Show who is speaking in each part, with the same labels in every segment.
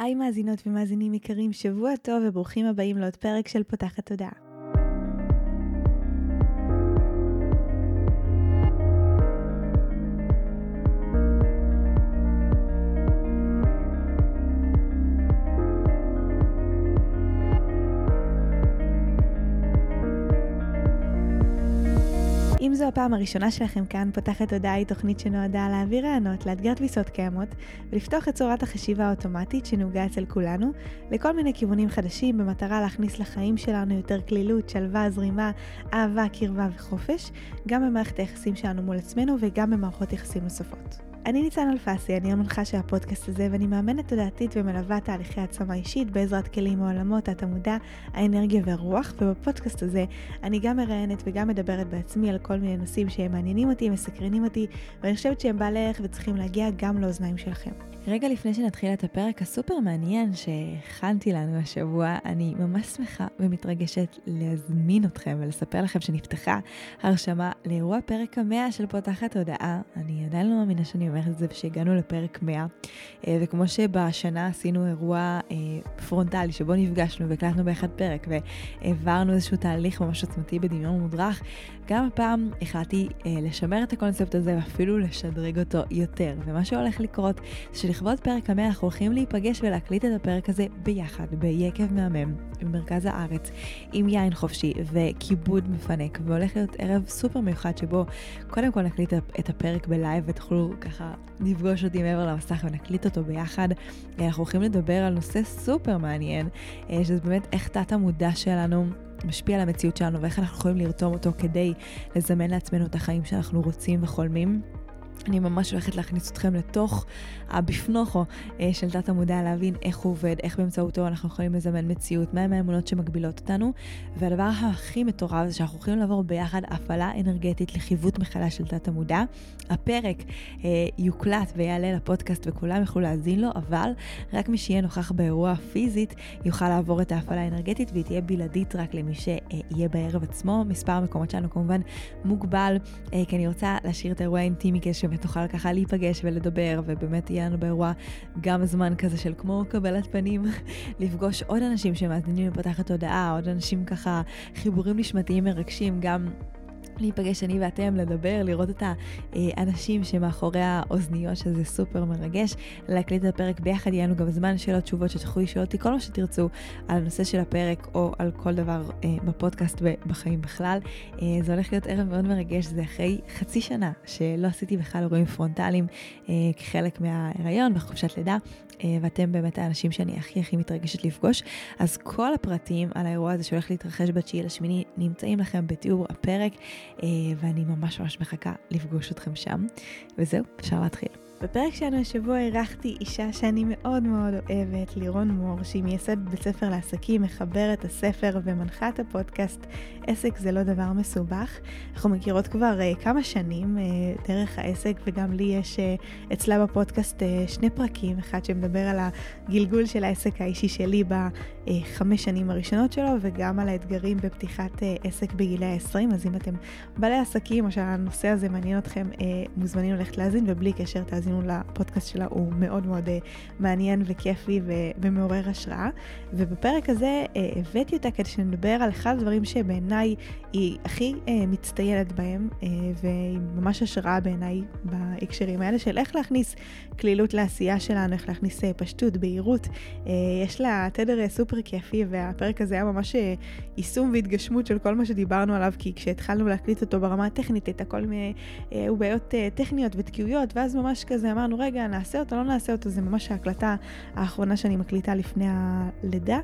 Speaker 1: היי מאזינות ומאזינים יקרים, שבוע טוב וברוכים הבאים לעוד פרק של פותחת תודעה. אם זו הפעם הראשונה שלכם כאן, פותחת תודעה היא תוכנית שנועדה להעביר רעיונות, לאתגר תפיסות קיימות ולפתוח את צורת החשיבה האוטומטית שנהוגה אצל כולנו לכל מיני כיוונים חדשים במטרה להכניס לחיים שלנו יותר כלילות, שלווה, זרימה, אהבה, קרבה וחופש, גם במערכת היחסים שלנו מול עצמנו וגם במערכות יחסים נוספות. אני ניצן אלפסי, אני המנחה של הפודקאסט הזה ואני מאמנת תודעתית ומלווה תהליכי עצמה אישית בעזרת כלים מעולמות התמודה, האנרגיה והרוח, ובפודקאסט הזה אני גם מראיינת וגם מדברת בעצמי על כל מיני נושאים שהם מעניינים אותי, מסקרנים אותי, ואני חושבת שהם בעלי ערך וצריכים להגיע גם לאוזניים שלכם. רגע לפני שנתחיל את הפרק הסופר מעניין שהכנתי לנו השבוע, אני ממש שמחה ומתרגשת להזמין אתכם ולספר לכם שנפתחה הרשמה לאירוע פרק 100 של פותחת תודעה. אני עדיין לא מאמינה שאני אומרת את זה ושהגענו לפרק 100, וכמו שבשנה עשינו אירוע פרונטלי שבו נפגשנו והקלטנו באחד פרק והעברנו איזשהו תהליך ממש עוצמתי בדמיון מודרך, גם הפעם החלטתי לשמר את הקונספט הזה ואפילו לשדרג אותו יותר. ומה שהולך לקרות זה שלכבוד פרק 100 אנחנו הולכים להיפגש ולהקליט את הפרק הזה ביחד ביקב מהמם במרכז הארץ עם יין חופשי וכיבוד מפנק, והולך להיות ערב סופר מיוחד שבו קודם כל נקליט את הפרק בלייב ותוכלו ככה לפגוש אותי מעבר למסך ונקליט אותו ביחד. אנחנו הולכים לדבר על נושא סופר מעניין, שזה באמת איך תת המודע שלנו משפיע על המציאות שלנו ואיך אנחנו יכולים לרתום אותו כדי לזמן לעצמנו את החיים שאנחנו רוצים וחולמים. אני ממש הולכת להכניס אתכם לתוך הבפנוכו של תת המודע, להבין איך הוא עובד, איך באמצעותו אנחנו יכולים לזמן מציאות, מהם האמונות שמגבילות אותנו, והדבר הכי מטורף זה שאנחנו יכולים לעבור ביחד הפעלה אנרגטית לחיווט מחדש של תת המודע. הפרק יוקלט ויעלה לפודקאסט וכולם יוכלו להזין לו, אבל רק מי שיהיה נוכח באירוע פיזית יוכל לעבור את ההפעלה האנרגטית, והיא תהיה בלעדית רק למי שיהיה בערב עצמו. מספר המקומות שלנו כמובן מוגבל, כי אני רוצה להשאיר את האירוע האינטימי ותוכל ככה להיפגש ולדבר, ובאמת יהיה לנו באירוע גם זמן כזה של כמו קבלת פנים, לפגוש עוד אנשים שמאזינים לפתחת תודעה, עוד אנשים ככה חיבורים נשמתיים מרגשים, גם להיפגש אני ואתם, לדבר, לראות את האנשים שמאחורי האוזניות, שזה סופר מרגש, להקליט את הפרק ביחד. יהיה לנו גם זמן שאלות תשובות שתוכלו לשאול אותי כל מה שתרצו על הנושא של הפרק או על כל דבר בפודקאסט ובחיים בכלל. זה הולך להיות ערב מאוד מרגש, זה אחרי חצי שנה שלא עשיתי בכלל אירועים פרונטליים כחלק מההיריון וחופשת לידה, ואתם באמת האנשים שאני הכי מתרגשת לפגוש. אז כל הפרטים על האירוע הזה שהולך להתרחש ב9/8 נמצאים לכם בתיאור הפרק, ואני ממש מחכה לפגוש אתכם שם. וזהו, אפשר להתחיל. בפרק שלנו השבוע אירחתי אישה שאני מאוד מאוד אוהבת, לירון מור, שהיא מייסדת בית ספר לעסקים, מחברת הספר ומנחה את הפודקאסט עסק זה לא דבר מסובך. אנחנו מכירות כבר כמה שנים דרך העסק, וגם לי יש אצלה בפודקאסט 2 פרקים, אחד שמדבר על הגלגול של העסק האישי שלי ב5 שנים הראשונות שלו, וגם על האתגרים בפתיחת עסק בגילי 20. אז אם אתם בעלי עסקים או שהנושא הזה מעניין אתכם, מוזמנים ללכת להאזין, ובלי קשר תאזינו לפודקאסט שלה, הוא מאוד מאוד מעניין וכיפי ומעורר השראה. ובפרק הזה הבאתי אותה כדי שנדבר על אחד הדברים שבעיניי היא הכי מצטיינת בהם, והיא ממש השראה בעיניי בהקשרים האלה של איך להכניס כלילות לעשייה שלנו, איך להכניס פשטות, בהירות. יש לה תדר סופר כיפי, והפרק הזה היה ממש יישום והתגשמות של כל מה שדיברנו עליו, כי כשהתחלנו להקליט אותו ברמה הטכנית, את הכל בעיות טכניות ותקיעויות, ואז ממש כזה אמרנו, רגע, נעשה אותו, לא נעשה אותו. זה ממש ההקלטה האחרונה שאני מקליטה לפני הלידה,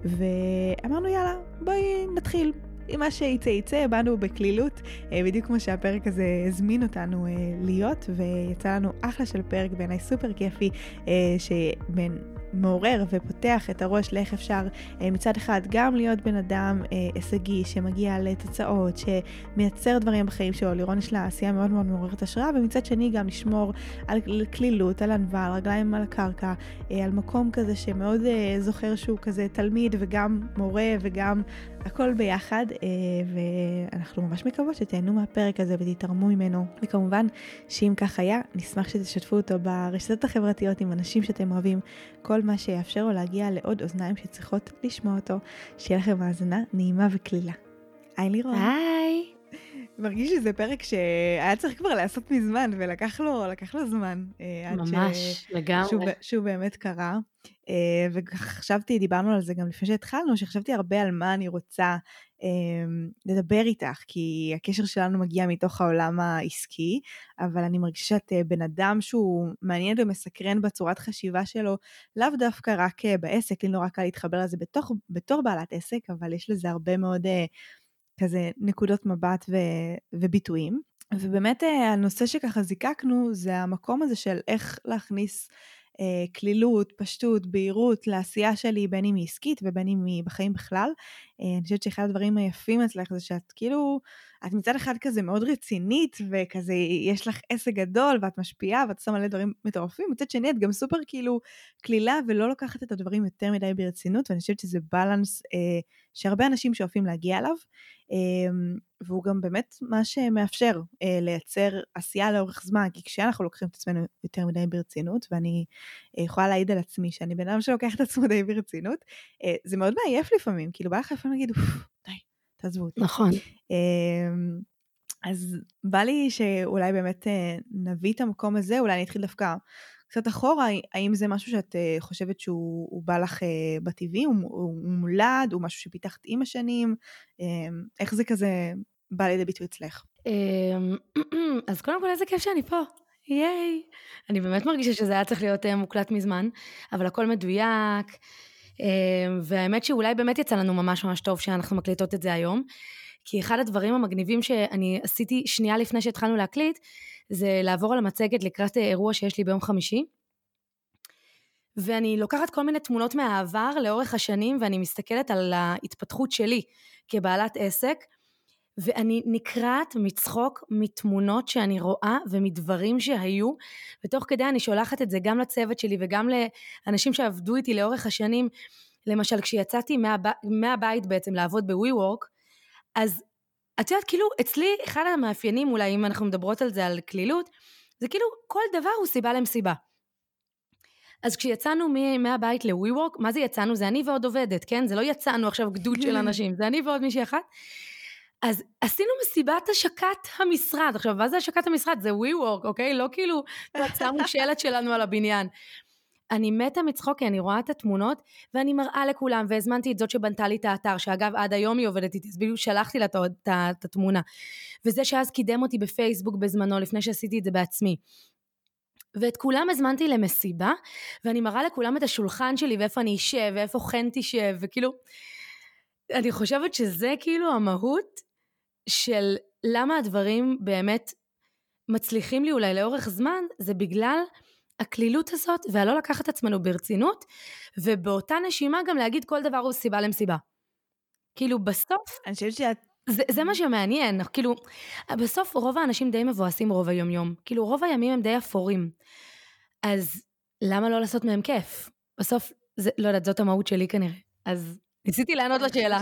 Speaker 1: ואמרנו, יאללה, בואי נתחיל. עם מה שיצא, באנו בכלילות, בדיוק כמו שהפרק הזה הזמין אותנו להיות, ויצא לנו אחלה של פרק בעיניי סופר כיפי, שבין מעורר ופותח את הראש לאיך אפשר מצד אחד גם להיות בן אדם הישגי שמגיע לתוצאות, שמייצר דברים בחיים שלו. לירון יש לה עשייה מאוד מאוד מעוררת השראה, ומצד שני גם לשמור על כלילות, על ענווה, על רגליים על הקרקע, על מקום כזה שמאוד זוכר שהוא כזה תלמיד וגם מורה וגם הכל ביחד, ואנחנו ממש מקוות שתהנו מהפרק הזה ותתרמו ממנו. וכמובן שאם כך היה, נשמח שתשתפו אותו ברשתות החברתיות עם אנשים שאתם אוהבים, כל מה שיאפשר לו להגיע לעוד אוזניים שצריכות לשמוע אותו. שיהיה לכם האזנה נעימה וכלילה. היי לירון.
Speaker 2: היי.
Speaker 1: מרגיש שזה פרק שהיה צריך כבר לעשות מזמן, ולקח לו זמן.
Speaker 2: ממש, לגמרי.
Speaker 1: שהוא באמת קרה. וחשבתי, דיברנו על זה גם לפני שהתחלנו, שחשבתי הרבה על מה אני רוצה לדבר איתך, כי הקשר שלנו מגיע מתוך העולם העסקי, אבל אני מרגישה שאת בן אדם שהוא מעניין ומסקרן בצורת חשיבה שלו, לאו דווקא רק בעסק, לי נורא קל להתחבר לזה בתור בעלת עסק, אבל יש לזה הרבה מאוד כזה נקודות מבט וביטויים. ובאמת הנושא שככה זיקקנו זה המקום הזה של איך להכניס כלילות, פשטות, בהירות לעשייה שלי, בין אם היא עסקית ובין אם היא בחיים בכלל. אני חושבת שאחד הדברים היפים אצלך זה שאת כאילו, את מצד אחד כזה מאוד רצינית, וכזה יש לך עסק גדול, ואת משפיעה, ואת שמה לדברים מטורפים, מצד שני את גם סופר כאילו כלילה, ולא לוקחת את הדברים יותר מדי ברצינות, ואני חושבת שזה בלנס שהרבה אנשים שואפים להגיע אליו, והוא גם באמת מה שמאפשר לייצר עשייה לאורך זמן, כי כשאנחנו לוקחים את עצמנו יותר מדי ברצינות, ואני יכולה להעיד על עצמי שאני בן אדם שלוקח את עצמו די ברצינות, זה מאוד מעייף לפעמים, כאילו בא לך לפעמים להגיד, די, תעזבו אותי.
Speaker 2: נכון.
Speaker 1: אז בא לי שאולי באמת נביא את המקום הזה, אולי אני אתחיל דווקא קצת אחורה, האם זה משהו שאת חושבת שהוא בא לך בטבעי, הוא מולד, הוא משהו שפיתחת עם השנים, איך זה כזה בא לידי ביטוי אצלך?
Speaker 2: אז קודם כל איזה כיף שאני פה, ייי. אני באמת מרגישה שזה היה צריך להיות מוקלט מזמן, אבל הכל מדויק, והאמת שאולי באמת יצא לנו ממש ממש טוב שאנחנו מקליטות את זה היום, כי אחד הדברים המגניבים שאני עשיתי שנייה לפני שהתחלנו להקליט, זה לעבור על המצגת לקראת אירוע שיש לי ביום חמישי, ואני לוקחת כל מיני תמונות מהעבר לאורך השנים, ואני מסתכלת על ההתפתחות שלי כבעלת עסק, ואני נקראת מצחוק מתמונות שאני רואה, ומדברים שהיו, ותוך כדי אני שולחת את זה גם לצוות שלי, וגם לאנשים שעבדו איתי לאורך השנים, למשל כשיצאתי מהבית בעצם לעבוד ב-WeWork, אז את יודעת, כאילו, אצלי אחד המאפיינים, אולי אם אנחנו מדברות על זה, על כלילות, זה כאילו, כל דבר הוא סיבה למסיבה. אז כשיצאנו מהבית ל-WeWork, מה זה יצאנו? זה אני ועוד עובדת, כן? זה לא יצאנו עכשיו גדוד של אנשים, זה אני ועוד מישהי אחת. אז עשינו מסיבת השקת המשרד. עכשיו, מה זה השקת המשרד? זה WeWork, אוקיי? לא כאילו, שמו שלט שלנו על הבניין. אני מתה מצחוק, כי אני רואה את התמונות, ואני מראה לכולם, והזמנתי את זאת שבנתה לי את האתר, שאגב, עד היום היא עובדת איתי, אז בדיוק שלחתי לה את התמונה. וזה שאז קידם אותי בפייסבוק בזמנו, לפני שעשיתי את זה בעצמי. ואת כולם הזמנתי למסיבה, ואני מראה לכולם את השולחן שלי, ואיפה אני אשב, ואיפה חן תשב, וכאילו, אני חושבת שזה כאילו המהות של למה הדברים באמת מצליחים לי אולי לאורך זמן, זה בגלל הכלילות הזאת, והלא לקחת עצמנו ברצינות, ובאותה נשימה גם להגיד כל דבר הוא סיבה למסיבה. כאילו בסוף,
Speaker 1: אני חושבת שאת
Speaker 2: זה מה שמעניין, כאילו, בסוף רוב האנשים די מבואסים רוב היום-יום, כאילו רוב הימים הם די אפורים, אז למה לא לעשות מהם כיף? בסוף, לא יודעת, זאת המהות שלי כנראה, אז ניסיתי לענות לשאלה.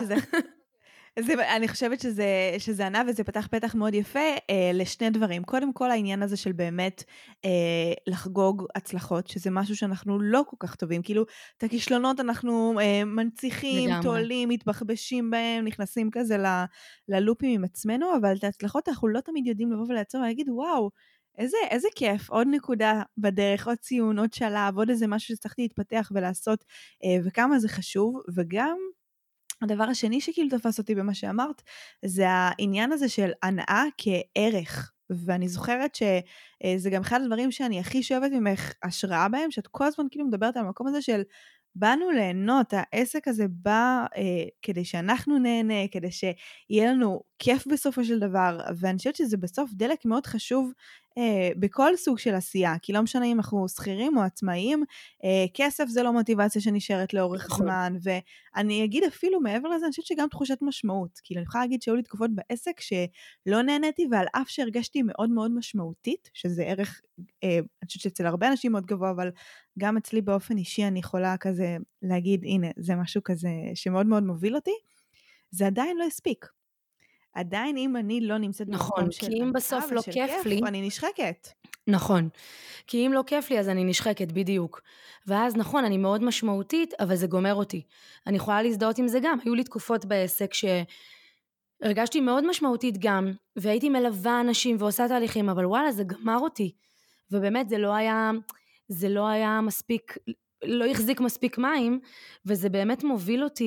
Speaker 1: אני חושבת שזה ענה, וזה פתח פתח מאוד יפה לשני דברים. קודם כל העניין הזה של באמת לחגוג הצלחות, שזה משהו שאנחנו לא כל כך טובים, כאילו את הכישלונות אנחנו מנציחים, תועלים, מתבחבשים בהם, נכנסים כזה ללופים עם עצמנו, אבל את ההצלחות אנחנו לא תמיד יודעים לבוא ולעצור ולהגיד, וואו, איזה כיף, עוד נקודה בדרך, עוד ציון, עוד שלב, עוד איזה משהו שצריך להתפתח ולעשות, וכמה זה חשוב, וגם הדבר השני שכאילו תפס אותי במה שאמרת, זה העניין הזה של הנאה כערך, ואני זוכרת שזה גם אחד הדברים שאני הכי שואבת ממך השראה בהם, שאת כל הזמן כאילו מדברת על המקום הזה של באנו ליהנות, העסק הזה בא כדי שאנחנו נהנה, כדי שיהיה לנו כיף בסופו של דבר, ואני חושבת שזה בסוף דלק מאוד חשוב בכל סוג של עשייה, כי לא משנה אם אנחנו שכירים או עצמאיים, כסף זה לא מוטיבציה שנשארת לאורך זמן, ואני אגיד אפילו מעבר לזה, אני חושבת שגם תחושת משמעות, כי אני יכולה להגיד שהיו לי תקופות בעסק שלא נהניתי, ועל אף שהרגשתי מאוד מאוד משמעותית, שזה ערך, אני חושבת שאצל הרבה אנשים מאוד גבוה, אבל גם אצלי באופן אישי אני יכולה כזה להגיד, הנה, זה משהו כזה שמאוד מאוד מוביל אותי, זה עדיין לא הספיק. עדיין אם אני לא נמצאת במקום של
Speaker 2: כי אם בסוף לא כיף לי,
Speaker 1: אני נשחקת.
Speaker 2: נכון, כי אם לא כיף לי אז אני נשחקת בדיוק, ואז נכון אני מאוד משמעותית אבל זה גומר אותי, אני יכולה להזדהות עם זה גם, היו לי תקופות בעסק שהרגשתי מאוד משמעותית גם, והייתי מלווה אנשים ועושה תהליכים, אבל וואלה זה גמר אותי, ובאמת זה לא היה מספיק, לא החזיק מספיק מים, וזה באמת מוביל אותי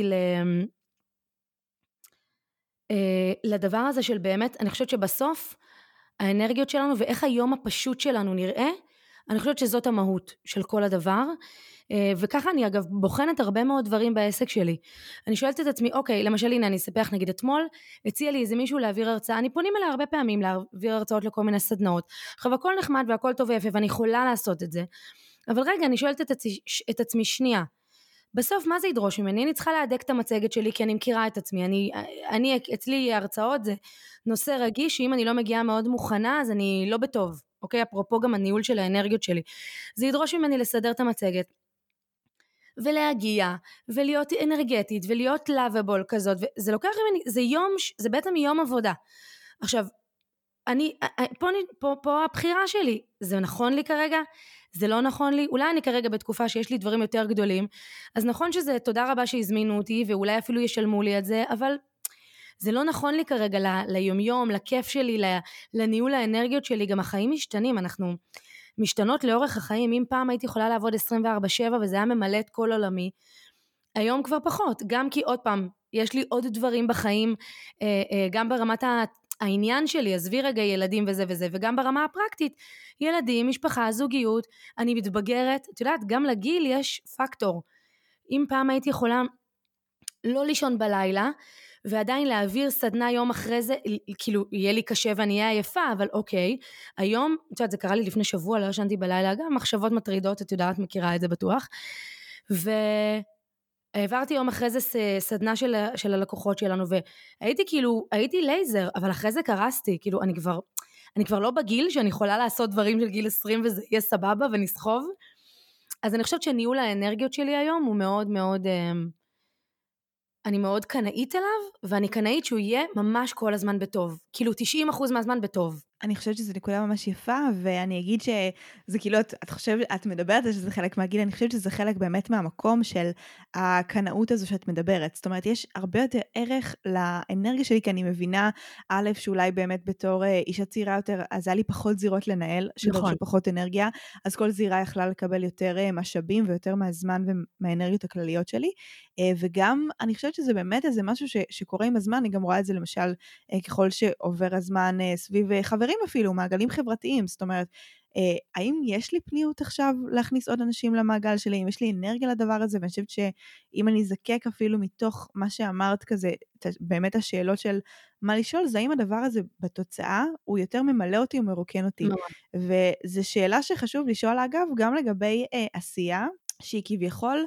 Speaker 2: לדבר הזה של באמת, אני חושבת שבסוף האנרגיות שלנו ואיך היום הפשוט שלנו נראה, אני חושבת שזאת המהות של כל הדבר, וככה אני אגב בוחנת הרבה מאוד דברים בעסק שלי, אני שואלת את עצמי, אוקיי, למשל הנה אני אספח נגיד אתמול, הציע לי איזה מישהו להעביר הרצאה, אני פונים אליה הרבה פעמים להעביר הרצאות לכל מיני סדנאות, עכשיו הכל נחמד והכל טוב ויפה ואני יכולה לעשות את זה, אבל רגע אני שואלת את עצמי שנייה, בסוף מה זה ידרוש ממני? אני צריכה להדק את המצגת שלי כי אני מכירה את עצמי, אצלי הרצאות זה נושא רגיש, שאם אני לא מגיעה מאוד מוכנה אז אני לא בטוב, אוקיי? אפרופו גם הניהול של האנרגיות שלי, זה ידרוש ממני לסדר את המצגת, ולהגיע, ולהיות אנרגטית, ולהיות lovable כזאת, וזה לוקח ממני, זה בעצם יום עבודה, עכשיו, פה הבחירה שלי, זה נכון לי כרגע? זה לא נכון לי, אולי אני כרגע בתקופה שיש לי דברים יותר גדולים, אז נכון שזה תודה רבה שהזמינו אותי, ואולי אפילו ישלמו לי את זה, אבל זה לא נכון לי כרגע ליומיום, לכיף שלי, לניהול האנרגיות שלי, גם החיים משתנים, אנחנו משתנות לאורך החיים, אם פעם הייתי יכולה לעבוד 24/7, וזה היה ממלא את כל עולמי, היום כבר פחות, גם כי עוד פעם, יש לי עוד דברים בחיים, גם ברמת העניין שלי, עזבי רגע ילדים וזה וזה, וגם ברמה הפרקטית, ילדים, משפחה, זוגיות, אני מתבגרת, את יודעת, גם לגיל יש פקטור, אם פעם הייתי יכולה לא לישון בלילה, ועדיין להעביר סדנה יום אחרי זה, כאילו יהיה לי קשה ואני אהיה עייפה, אבל אוקיי, היום, את יודעת, זה קרה לי לפני שבוע, לא ישנתי בלילה, גם מחשבות מטרידות, את יודעת, מכירה את זה בטוח, העברתי יום אחרי זה סדנה של הלקוחות שלנו, והייתי כאילו, הייתי לייזר, אבל אחרי זה קרסתי, כאילו אני כבר לא בגיל שאני יכולה לעשות דברים של גיל 20 וזה יהיה סבבה ונסחוב, אז אני חושבת שניהול האנרגיות שלי היום הוא מאוד מאוד, אני מאוד קנאית אליו, ואני קנאית שהוא יהיה ממש כל הזמן בטוב, כאילו 90% מהזמן בטוב.
Speaker 1: אני חושבת שזו נקודה ממש יפה, ואני אגיד שזה כאילו, את מדברת על שזה חלק מהגיל, אני חושבת שזה חלק באמת מהמקום של הקנאות הזו שאת מדברת, זאת אומרת, יש הרבה יותר ערך לאנרגיה שלי, כי אני מבינה, א', שאולי באמת בתור אישה צעירה יותר, אז היה לי פחות זירות לנהל,
Speaker 2: נכון.
Speaker 1: שפחות אנרגיה, אז כל זירה יכלה לקבל יותר משאבים, ויותר מהזמן ומהאנרגיות הכלליות שלי, וגם אני חושבת שזה באמת איזה משהו שקורה עם הזמן, אני גם רואה את זה למשל, ככל שעובר הזמן סביב חברים אפילו, מעגלים חברתיים, זאת אומרת, האם יש לי פניות עכשיו להכניס עוד אנשים למעגל שלי, אם יש לי אנרגיה לדבר הזה, ואני חושבת שאם אני זקק אפילו מתוך מה שאמרת כזה, באמת השאלות של מה לשאול, זה האם הדבר הזה בתוצאה, הוא יותר ממלא אותי ומרוקן אותי, וזו שאלה שחשוב לשאול אגב, גם לגבי עשייה, שהיא כביכול,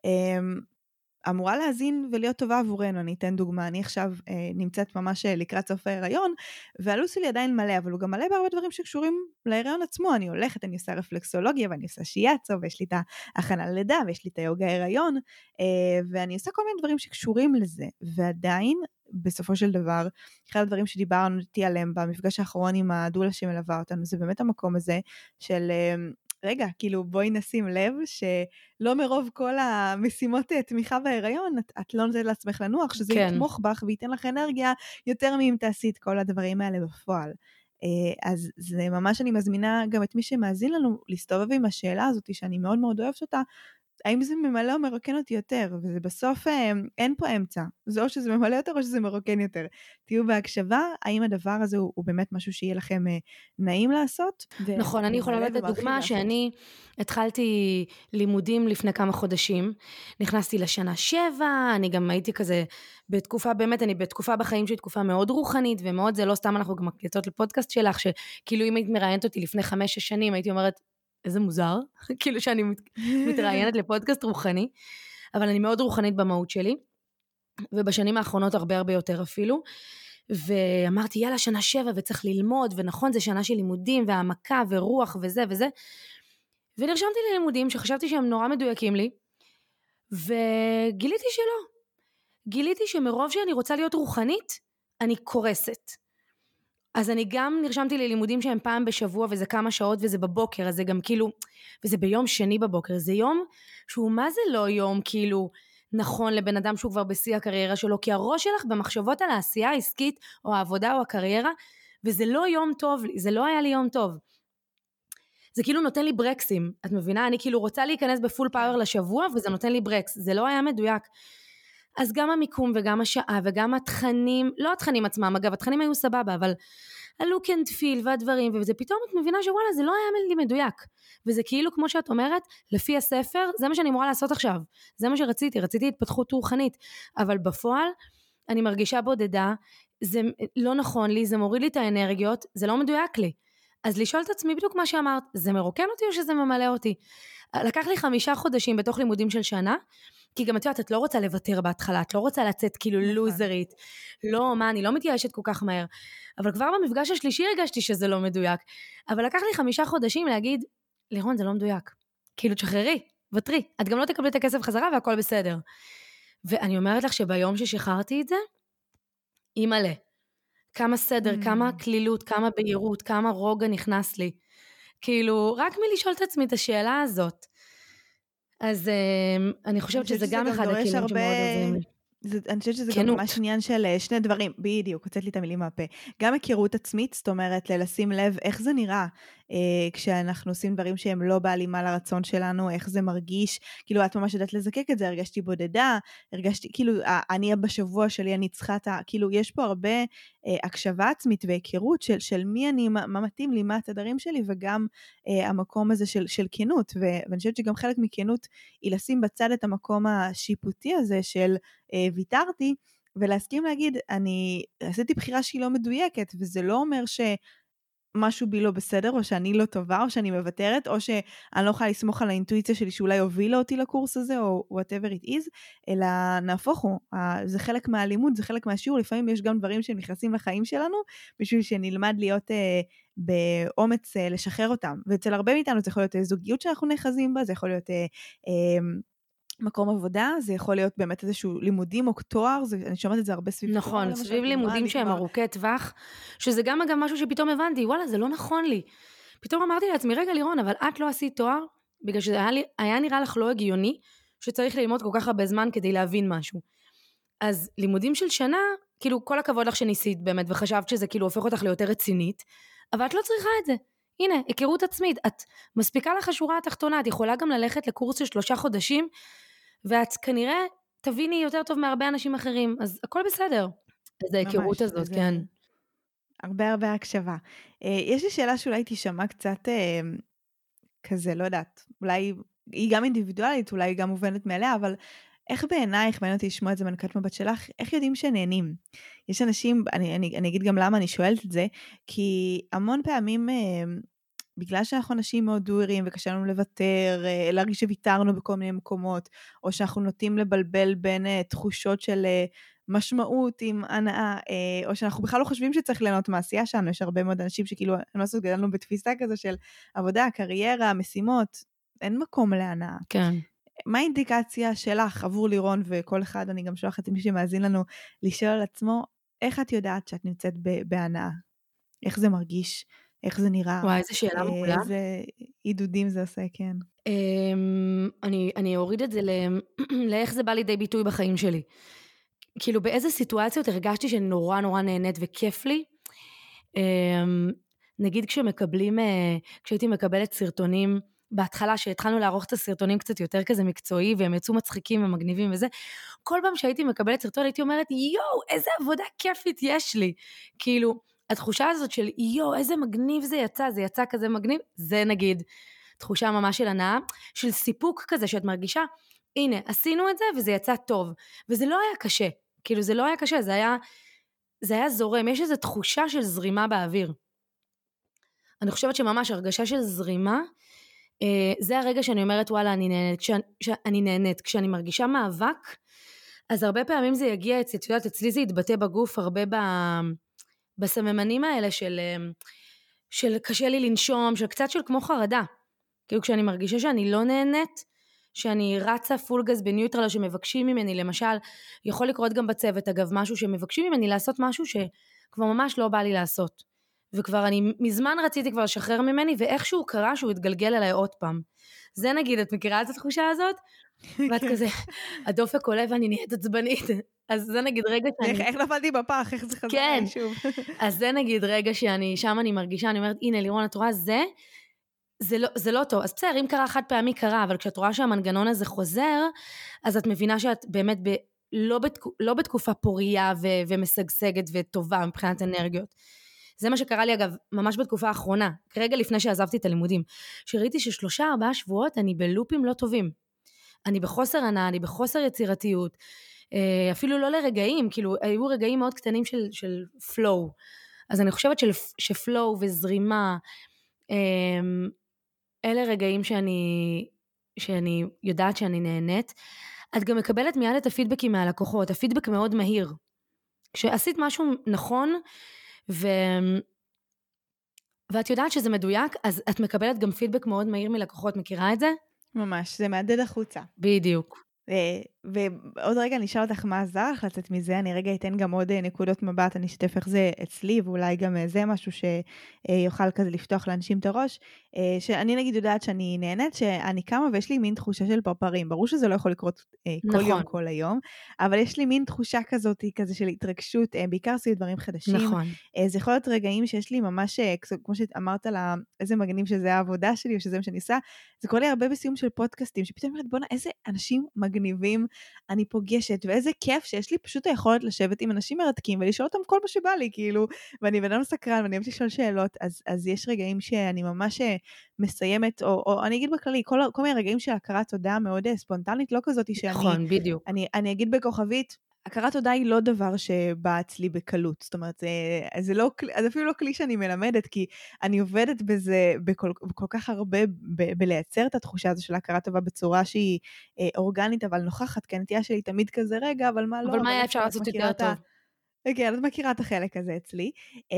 Speaker 1: אמורה להזין ולהיות טובה עבורנו, אני אתן דוגמה, אני עכשיו נמצאת ממש לקראת סוף ההיריון, והלו"ז שלי עדיין מלא, אבל הוא גם מלא בהרבה דברים שקשורים להיריון עצמו, אני הולכת, אני עושה רפלקסולוגיה, ואני עושה שיאצו, ויש לי את ההכנה ללידה, ויש לי את היוגה ההיריון, ואני עושה כל מיני דברים שקשורים לזה, ועדיין, בסופו של דבר, אחד הדברים שדיברנו איתי עליהם, במפגש האחרון עם הדולה שמלווה אותנו, זה באמת המקום הזה של רגע, כאילו בואי נשים לב שלא מרוב כל המשימות תמיכה בהיריון, את לא נותנת לעצמך לנוח, שזה יתמוך בך וייתן לך אנרגיה יותר מאם תעשי את כל הדברים האלה בפועל. אז זה ממש אני מזמינה גם את מי שמאזין לנו להסתובב עם השאלה הזאת, שאני מאוד מאוד אוהבת אותה, האם זה ממלא או מרוקן אותי יותר, וזה בסוף אין פה אמצע, זה או שזה ממלא יותר או שזה מרוקן יותר, תהיו בהקשבה, האם הדבר הזה הוא באמת משהו שיהיה לכם נעים לעשות?
Speaker 2: נכון, אני יכולה לתת דוגמה שאני התחלתי לימודים לפני כמה חודשים, נכנסתי לשנה 7, אני גם הייתי כזה בתקופה, באמת אני בתקופה בחיים שהיא תקופה מאוד רוחנית, ומאוד זה לא סתם אנחנו גם יוצאות לפודקאסט שלך, שכאילו אם היית מראיינת אותי לפני 5-6 שנים, הייתי אומרת, איזה מוזר, כאילו שאני מתראיינת לפודקאסט רוחני, אבל אני מאוד רוחנית במהות שלי, ובשנים האחרונות הרבה יותר אפילו, ואמרתי יאללה שנה 7 וצריך ללמוד, ונכון זה שנה של לימודים והעמקה ורוח וזה, ונרשמתי ללימודים שחשבתי שהם נורא מדויקים לי, וגיליתי שלא, גיליתי שמרוב שאני רוצה להיות רוחנית, אני קורסת. אז אני גם נרשמתי ללימודים שהם פעם בשבוע, וזה כמה שעות, וזה בבוקר, אז זה גם כאילו, וזה ביום שני בבוקר, זה יום שהוא מה זה לא יום כאילו נכון לבן אדם שהוא כבר בשיא הקריירה שלו, כי הראש שלך במחשבות על העשייה העסקית, או העבודה או הקריירה, וזה לא יום טוב, זה לא היה לי יום טוב. זה כאילו נותן לי ברקסים, את מבינה? אני כאילו רוצה להיכנס בפול פאוור לשבוע, וזה נותן לי ברקס, זה לא היה מדויק. אז גם המיקום וגם השעה וגם התכנים, לא התכנים עצמם, אגב, התכנים היו סבבה, אבל הלוק אנד פיל והדברים, וזה פתאום את מבינה שוואלה, זה לא היה לי מדויק. וזה כאילו, כמו שאת אומרת, לפי הספר, זה מה שאני אמורה לעשות עכשיו. זה מה רציתי התפתחות רוחנית. אבל בפועל, אני מרגישה בודדה, זה לא נכון לי, זה מוריד לי את האנרגיות, זה לא מדויק לי. אז לשאול את עצמי בדיוק מה שאמרת, זה מרוקן אותי או שזה ממלא אותי? לקח לי 5 חודשים בתוך לימודים של שנה, כי גם את לא רוצה לוותר בהתחלה, את לא רוצה לצאת כאילו לוזרית, לא, מה, אני לא מתייאשת כל כך מהר, אבל כבר במפגש השלישי הרגשתי שזה לא מדויק, אבל לקח לי 5 חודשים להגיד, לירון, זה לא מדויק, כאילו תשחררי, ותרי, את גם לא תקבלי את הכסף חזרה והכל בסדר, ואני אומרת לך שביום ששחררתי את זה, היא מלא, כמה סדר, כמה כלילות, כמה בהירות, כמה רוגע נכנס לי, כאילו, רק מלשאול את עצמי את השאלה הזאת, אז אני חושבת שזה גם אחד הכלים שמאוד עוזרים לי.
Speaker 1: אני חושבת שזה גם ממש עניין של שני דברים, בדיוק, הוצאת לי את המילים מהפה. גם היכרות עצמית, זאת אומרת, לשים לב איך זה נראה, כשאנחנו עושים דברים שהם לא בהלימה לרצון שלנו, איך זה מרגיש, כאילו את ממש יודעת לזקק את זה, הרגשתי בודדה, הרגשתי, כאילו, אני בשבוע שלי, אני צריכה, כאילו, יש פה הרבה הקשבה עצמית והיכרות של מי אני, מה מתאים לי, מה התדרים שלי, וגם המקום הזה של כנות, ואני חושבת שגם חלק מכנות היא לשים בצד את המקום השיפוטי הזה של ויתרתי, ולהסכים להגיד, אני עשיתי בחירה שהיא לא מדויקת, וזה לא אומר שמשהו בי לא בסדר, או שאני לא טובה, או שאני מבטרת, או שאני לא יכולה לסמוך על האינטואיציה שלי, שאולי הובילה אותי לקורס הזה, או whatever it is, אלא נהפוך הוא, זה חלק מהלימוד, זה חלק מהשיעור, לפעמים יש גם דברים שנכנסים לחיים שלנו, בשביל שנלמד להיות באומץ לשחרר אותם, ואצל הרבה מאיתנו זה יכול להיות זוגיות שאנחנו נחזים בה, זה יכול להיות מקום עבודה, זה יכול להיות באמת איזשהו לימודים או תואר, אני שומעת את זה הרבה סביב תואר.
Speaker 2: נכון, סביב לימודים שהם ארוכי טווח, שזה גם אגב משהו שפתאום הבנתי, וואלה, זה לא נכון לי. פתאום אמרתי לעצמי, רגע לירון, אבל את לא עשית תואר, בגלל שזה היה נראה לך לא הגיוני, שצריך ללמוד כל כך הרבה זמן כדי להבין משהו. אז לימודים של שנה, כאילו כל הכבוד לך שניסית באמת, וחשבת שזה כאילו הופך אותך ליותר רצינית, אבל את לא צריכה את זה. הנה, היכרות עצמית, את מספיקה לך השורה התחתונה, את יכולה גם ללכת לקורס של 3 חודשים, ואת כנראה תביני יותר טוב מהרבה אנשים אחרים, אז הכל בסדר. אז ההיכרות הזאת, כן.
Speaker 1: הרבה הקשבה. יש לי שאלה שאולי תשמע קצת כזה, לא יודעת, אולי היא גם אינדיבידואלית, אולי היא גם מובנת מעליה, אבל איך בעינייך, מעניין אותי לשמוע את זה מנקודת מבט שלך, איך יודעים שנהנים? יש אנשים, אני אגיד גם למה אני שואלת את זה, כי המון פעמים בגלל שאנחנו אנשים מאוד דוארים וקשה לנו לוותר, להרגיש שוויתרנו בכל מיני מקומות, או שאנחנו נוטים לבלבל בין תחושות של משמעות עם הנאה, או שאנחנו בכלל לא חושבים שצריך ליהנות מהעשייה שלנו, יש הרבה מאוד אנשים שכאילו, אנחנו גדלנו בתפיסה כזו של עבודה, קריירה, משימות, אין מקום להנאה.
Speaker 2: כן.
Speaker 1: מה האינדיקציה שלך עבור לירון, וכל אחד, אני גם שולחת עם מי שמאזין לנו, לשאול על עצמו, איך את יודעת שאת נמצאת בהנאה? איך זה מרגיש? איך זה נראה?
Speaker 2: וואי, איזה שאלה מעולה.
Speaker 1: איזה עידודים זה עושה, כן.
Speaker 2: אני אוריד את זה לאיך זה בא לידי ביטוי בחיים שלי. כאילו באיזה סיטואציות הרגשתי שנורא נורא נהנית וכיף לי. נגיד כשהייתי מקבלת סרטונים, בהתחלה שהתחלנו לערוך את הסרטונים קצת יותר כזה מקצועי, והם יצאו מצחיקים ומגניבים וזה, כל פעם שהייתי מקבלת סרטון הייתי אומרת, יואו, איזה עבודה כיפית יש לי. כאילו, התחושה הזאת של יואו, איזה מגניב זה יצא כזה מגניב, זה נגיד תחושה ממש של הנאה, של סיפוק כזה שאת מרגישה, הנה, עשינו את זה וזה יצא טוב, וזה לא היה קשה, כאילו זה לא היה קשה, זה היה זורם, יש איזו תחושה של זרימה באוויר. אני חושבת שממש הרגשה של זרימה, זה הרגע שאני אומרת וואלה אני נהנית, כשאני מרגישה מאבק, אז הרבה פעמים זה יגיע, אצלי זה יתבטא בגוף הרבה בסממנים האלה של קשה לי לנשום, של קצת של כמו חרדה, כאילו כשאני מרגישה שאני לא נהנית, שאני רצה פול גז בניוטרל, שמבקשים ממני, למשל, יכול לקרות גם בצוות, אגב, משהו שמבקשים ממני לעשות משהו שכבר ממש לא בא לי לעשות. וכבר אני מזמן רציתי כבר לשחרר ממני, ואיכשהו קרה שהוא התגלגל אליי עוד פעם. זה נגיד, את מכירה את התחושה הזאת? ואת כזה, הדופק עולה ואני נהיית עצבנית. אז זה נגיד רגע שאני...
Speaker 1: איך נפלתי בפח, איך זה חזר
Speaker 2: כן.
Speaker 1: לי שוב.
Speaker 2: אז זה נגיד רגע שם אני מרגישה, אני אומרת, הנה לירון, את רואה, זה לא טוב. אז בסדר, אם קרה חד פעמי קרה, אבל כשאת רואה שהמנגנון הזה חוזר, אז את מבינה שאת באמת לא בתקופה פוריה ומשגשגת וטובה מבחינת אנרגיות. זה מה שקרה לי אגב, ממש בתקופה האחרונה, כרגע לפני שעזבתי את הלימודים, שראיתי ש3-4 שבועות אני בלופים לא טובים. אני בחוסר ענה, אני בחוסר יצירתיות, אפילו לא לרגעים, כאילו היו רגעים מאוד קטנים של flow. אז אני חושבת שפלואו וזרימה, אלה רגעים שאני יודעת שאני נהנית. את גם מקבלת מיד את הפידבקים מהלקוחות, הפידבק מאוד מהיר. כשעשית משהו נכון, ואת יודעת שזה מדויק, אז את מקבלת גם פידבק מאוד מהיר מלקוחות, מכירה את זה?
Speaker 1: ממש, זה מעדד החוצה.
Speaker 2: בדיוק.
Speaker 1: ועוד רגע נשאל אותך מה עזר לך לצאת מזה, אני רגע אתן גם עוד נקודות מבט, אני אשתף איך זה אצלי, ואולי גם זה משהו שיוכל כזה לפתוח לאנשים את הראש, שאני נגיד יודעת שאני נהנית, שאני קמה ויש לי מין תחושה של פרפרים, ברור שזה לא יכול לקרות כל יום, כל היום, אבל יש לי מין תחושה כזאת, כזה של התרגשות, בעיקר סביב דברים חדשים, זה יכול להיות רגעים שיש לי ממש, כמו שאמרת לה, איזה מגניב שזה העבודה שלי, או שזה מה שאני עושה, זה קורה לי הרבה בסיום של פודקאסטים, שפתאום אומרת, בונה, איזה אנשים מגניבים אני פוגשת, ואיזה כיף שיש לי פשוט היכולת לשבת עם אנשים מרתקים, ולשאול אותם כל מה שבא לי, כאילו, ואני בן אדם סקרן, ואני אוהבת לשאול שאלות, אז יש רגעים שאני ממש מסיימת, או אני אגיד בכללי, כל מיני רגעים של הכרת תודה מאוד ספונטנית, לא כזאת שאני...
Speaker 2: נכון, בדיוק.
Speaker 1: אני אגיד בכוכבית, הכרת תודה היא לא דבר שבא אצלי בקלות, זאת אומרת, זה אפילו לא כלי שאני מלמדת, כי אני עובדת בזה בכל כך הרבה, בלייצר את התחושה הזו של הכרת טובה בצורה שהיא אורגנית, אבל נוכחת, כי הנטייה שלי תמיד כזה רגע, אבל מה לא?
Speaker 2: אבל מה היה אפשר לעשות יותר טוב?
Speaker 1: כן, את מכירה את החלק הזה אצלי.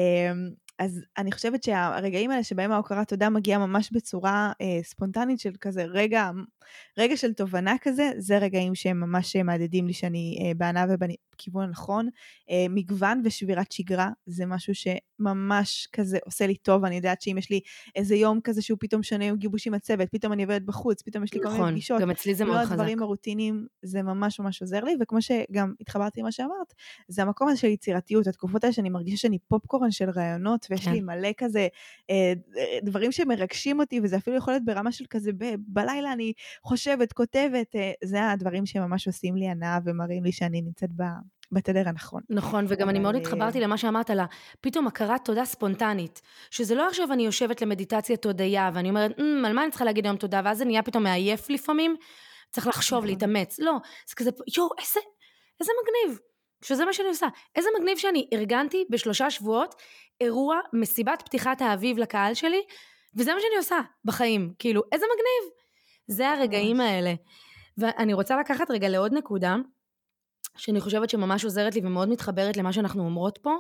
Speaker 1: אז אני חושבת שהרגעים האלה שבהם ההוקרת תודה מגיעה ממש בצורה ספונטנית של כזה רגע של תובנה כזה, זה רגעים שהם ממש מעדדים לי שאני בענה ובכיוון הנכון. מגוון ושבירת שגרה, זה משהו שממש כזה עושה לי טוב, אני יודעת שאם יש לי איזה יום כזה שהוא פתאום שונה עם גיבוש עם הצוות, פתאום אני עובדת בחוץ, פתאום יש לי כל מיני פגישות.
Speaker 2: גם אצלי זה מאוד חזק.
Speaker 1: הדברים הרוטיניים, זה ממש ממש עוזר לי, וכמו שגם התחברתי למה שאמרת, זה המקום הזה של יצירתיות, התקופות האלה שאני מרגישה שאני פופקורן של רעיונות, ויש לי מלא כזה דברים שמרגשים אותי, וזה אפילו יכול להיות ברמה של כזה, בלילה אני חושבת, כותבת, זה הדברים שממש עושים לי הנאה, ומראים לי שאני נמצאת בתדר הנכון.
Speaker 2: נכון, וגם אני מאוד התחברתי למה שאמרת לה, פתאום הכרת תודה ספונטנית, שזה לא עכשיו אני יושבת למדיטציה תודעה, ואני אומרת, על מה אני צריכה להגיד היום תודה, ואז זה נהיה פתאום מעייף לפעמים, צריך לחשוב, להתאמץ. לא, זה כזה, איזה מגניב. שזה מה שאני עושה. איזה מגניב שאני ארגנתי ב3 שבועות, אירוע מסיבת פתיחת האביב לקהל שלי, וזה מה שאני עושה בחיים. כאילו, איזה מגניב. זה הרגעים האלה. ואני רוצה לקחת רגע לעוד נקודה, שאני חושבת שממש עוזרת לי ומאוד מתחברת למה שאנחנו אומרות פה.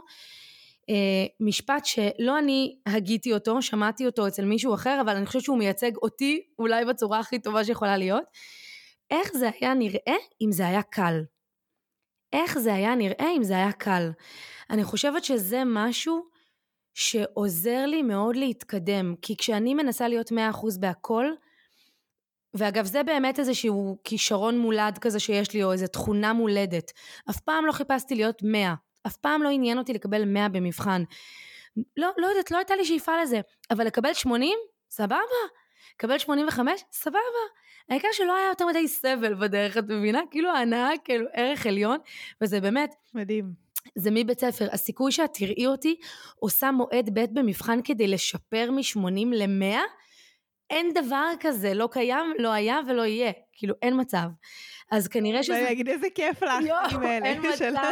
Speaker 2: משפט שלא אני הגיתי אותו, שמעתי אותו אצל מישהו אחר, אבל אני חושבת שהוא מייצג אותי אולי בצורה הכי טובה שיכולה להיות. איך זה היה נראה אם זה היה קל? איך זה היה נראה אם זה היה קל? אני חושבת שזה משהו שעוזר לי מאוד להתקדם, כי כשאני מנסה להיות 100% בהכל, ואגב זה באמת איזשהו כישרון מולד כזה שיש לי, או איזו תכונה מולדת, אף פעם לא חיפשתי להיות 100, אף פעם לא עניין אותי לקבל 100 במבחן, לא יודעת, לא הייתה לי שאיפה לזה, אבל לקבל 80, סבבה, לקבל 85, סבבה, העיקר שלא היה יותר מדי סבל בדרך, את מבינה? כאילו ההנאה, כאילו ערך עליון, וזה באמת
Speaker 1: מדהים.
Speaker 2: זה מבית ספר, הסיכוי שאת תראי אותי, עושה מועד ב' במבחן כדי לשפר מ-80 ל-100, אין דבר כזה, לא קיים, לא היה ולא יהיה, כאילו אין מצב. אז כנראה שזה...
Speaker 1: אני אגיד איזה כיף לך.
Speaker 2: אין מצב.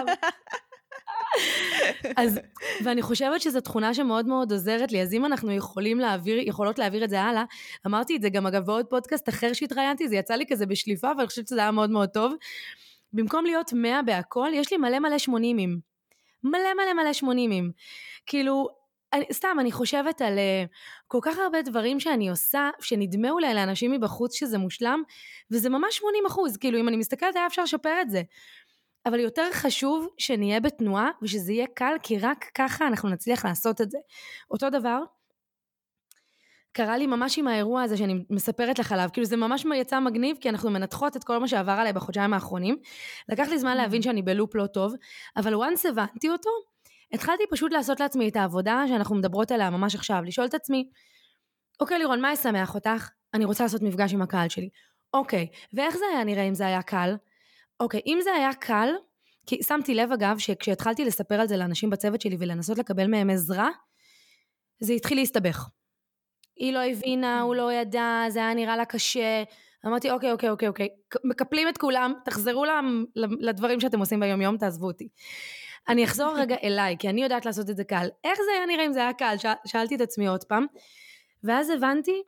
Speaker 2: אז, ואני חושבת שזו תכונה שמאוד מאוד עוזרת לי, אז אם אנחנו יכולות להעביר את זה הלאה, אמרתי את זה גם אגב בעוד פודקאסט אחר שהתראיינתי, זה יצא לי כזה בשליפה, ואני חושבת שזה היה מאוד מאוד טוב, במקום להיות 100 בהכל, יש לי מלא 80'. מלא 80'. כאילו, סתם, אני חושבת על כל כך הרבה דברים שאני עושה, שנדמה אולי לאנשים מבחוץ שזה מושלם, וזה ממש 80%, כאילו אם אני מסתכלת היה אפשר לשפר את זה. אבל יותר חשוב שנהיה בתנועה, ושזה יהיה קל, כי רק ככה אנחנו נצליח לעשות את זה. אותו דבר, קרה לי ממש עם האירוע הזה שאני מספרת לך עליו, כאילו זה ממש יצא מגניב, כי אנחנו מנתחות את כל מה שעבר עליי בחודשיים האחרונים, לקח לי זמן להבין שאני בלופ לא טוב, אבל once הבנתי אותו, התחלתי פשוט לעשות לעצמי את העבודה שאנחנו מדברות עליה ממש עכשיו, לשאול את עצמי, אוקיי לירון, מה ישמח אותך? אני רוצה לעשות מפגש עם הקהל שלי. אוקיי, ואיך זה היה נראה אם זה היה קל? אוקיי, אם זה היה קל, כי שמתי לב אגב, שכשהתחלתי לספר על זה לאנשים בצוות שלי ולנסות לקבל מהם עזרה, זה התחיל להסתבך. היא לא הבינה, הוא לא ידע, זה היה נראה לה קשה. אמרתי, אוקיי, מקפלים את כולם, תחזרו לדברים שאתם עושים ביום יום, תעזבו אותי. אני אחזור רגע אליי, כי אני יודעת לעשות את זה קל. איך זה היה נראה אם זה היה קל? שאלתי את עצמי עוד פעם, ואז הבנתי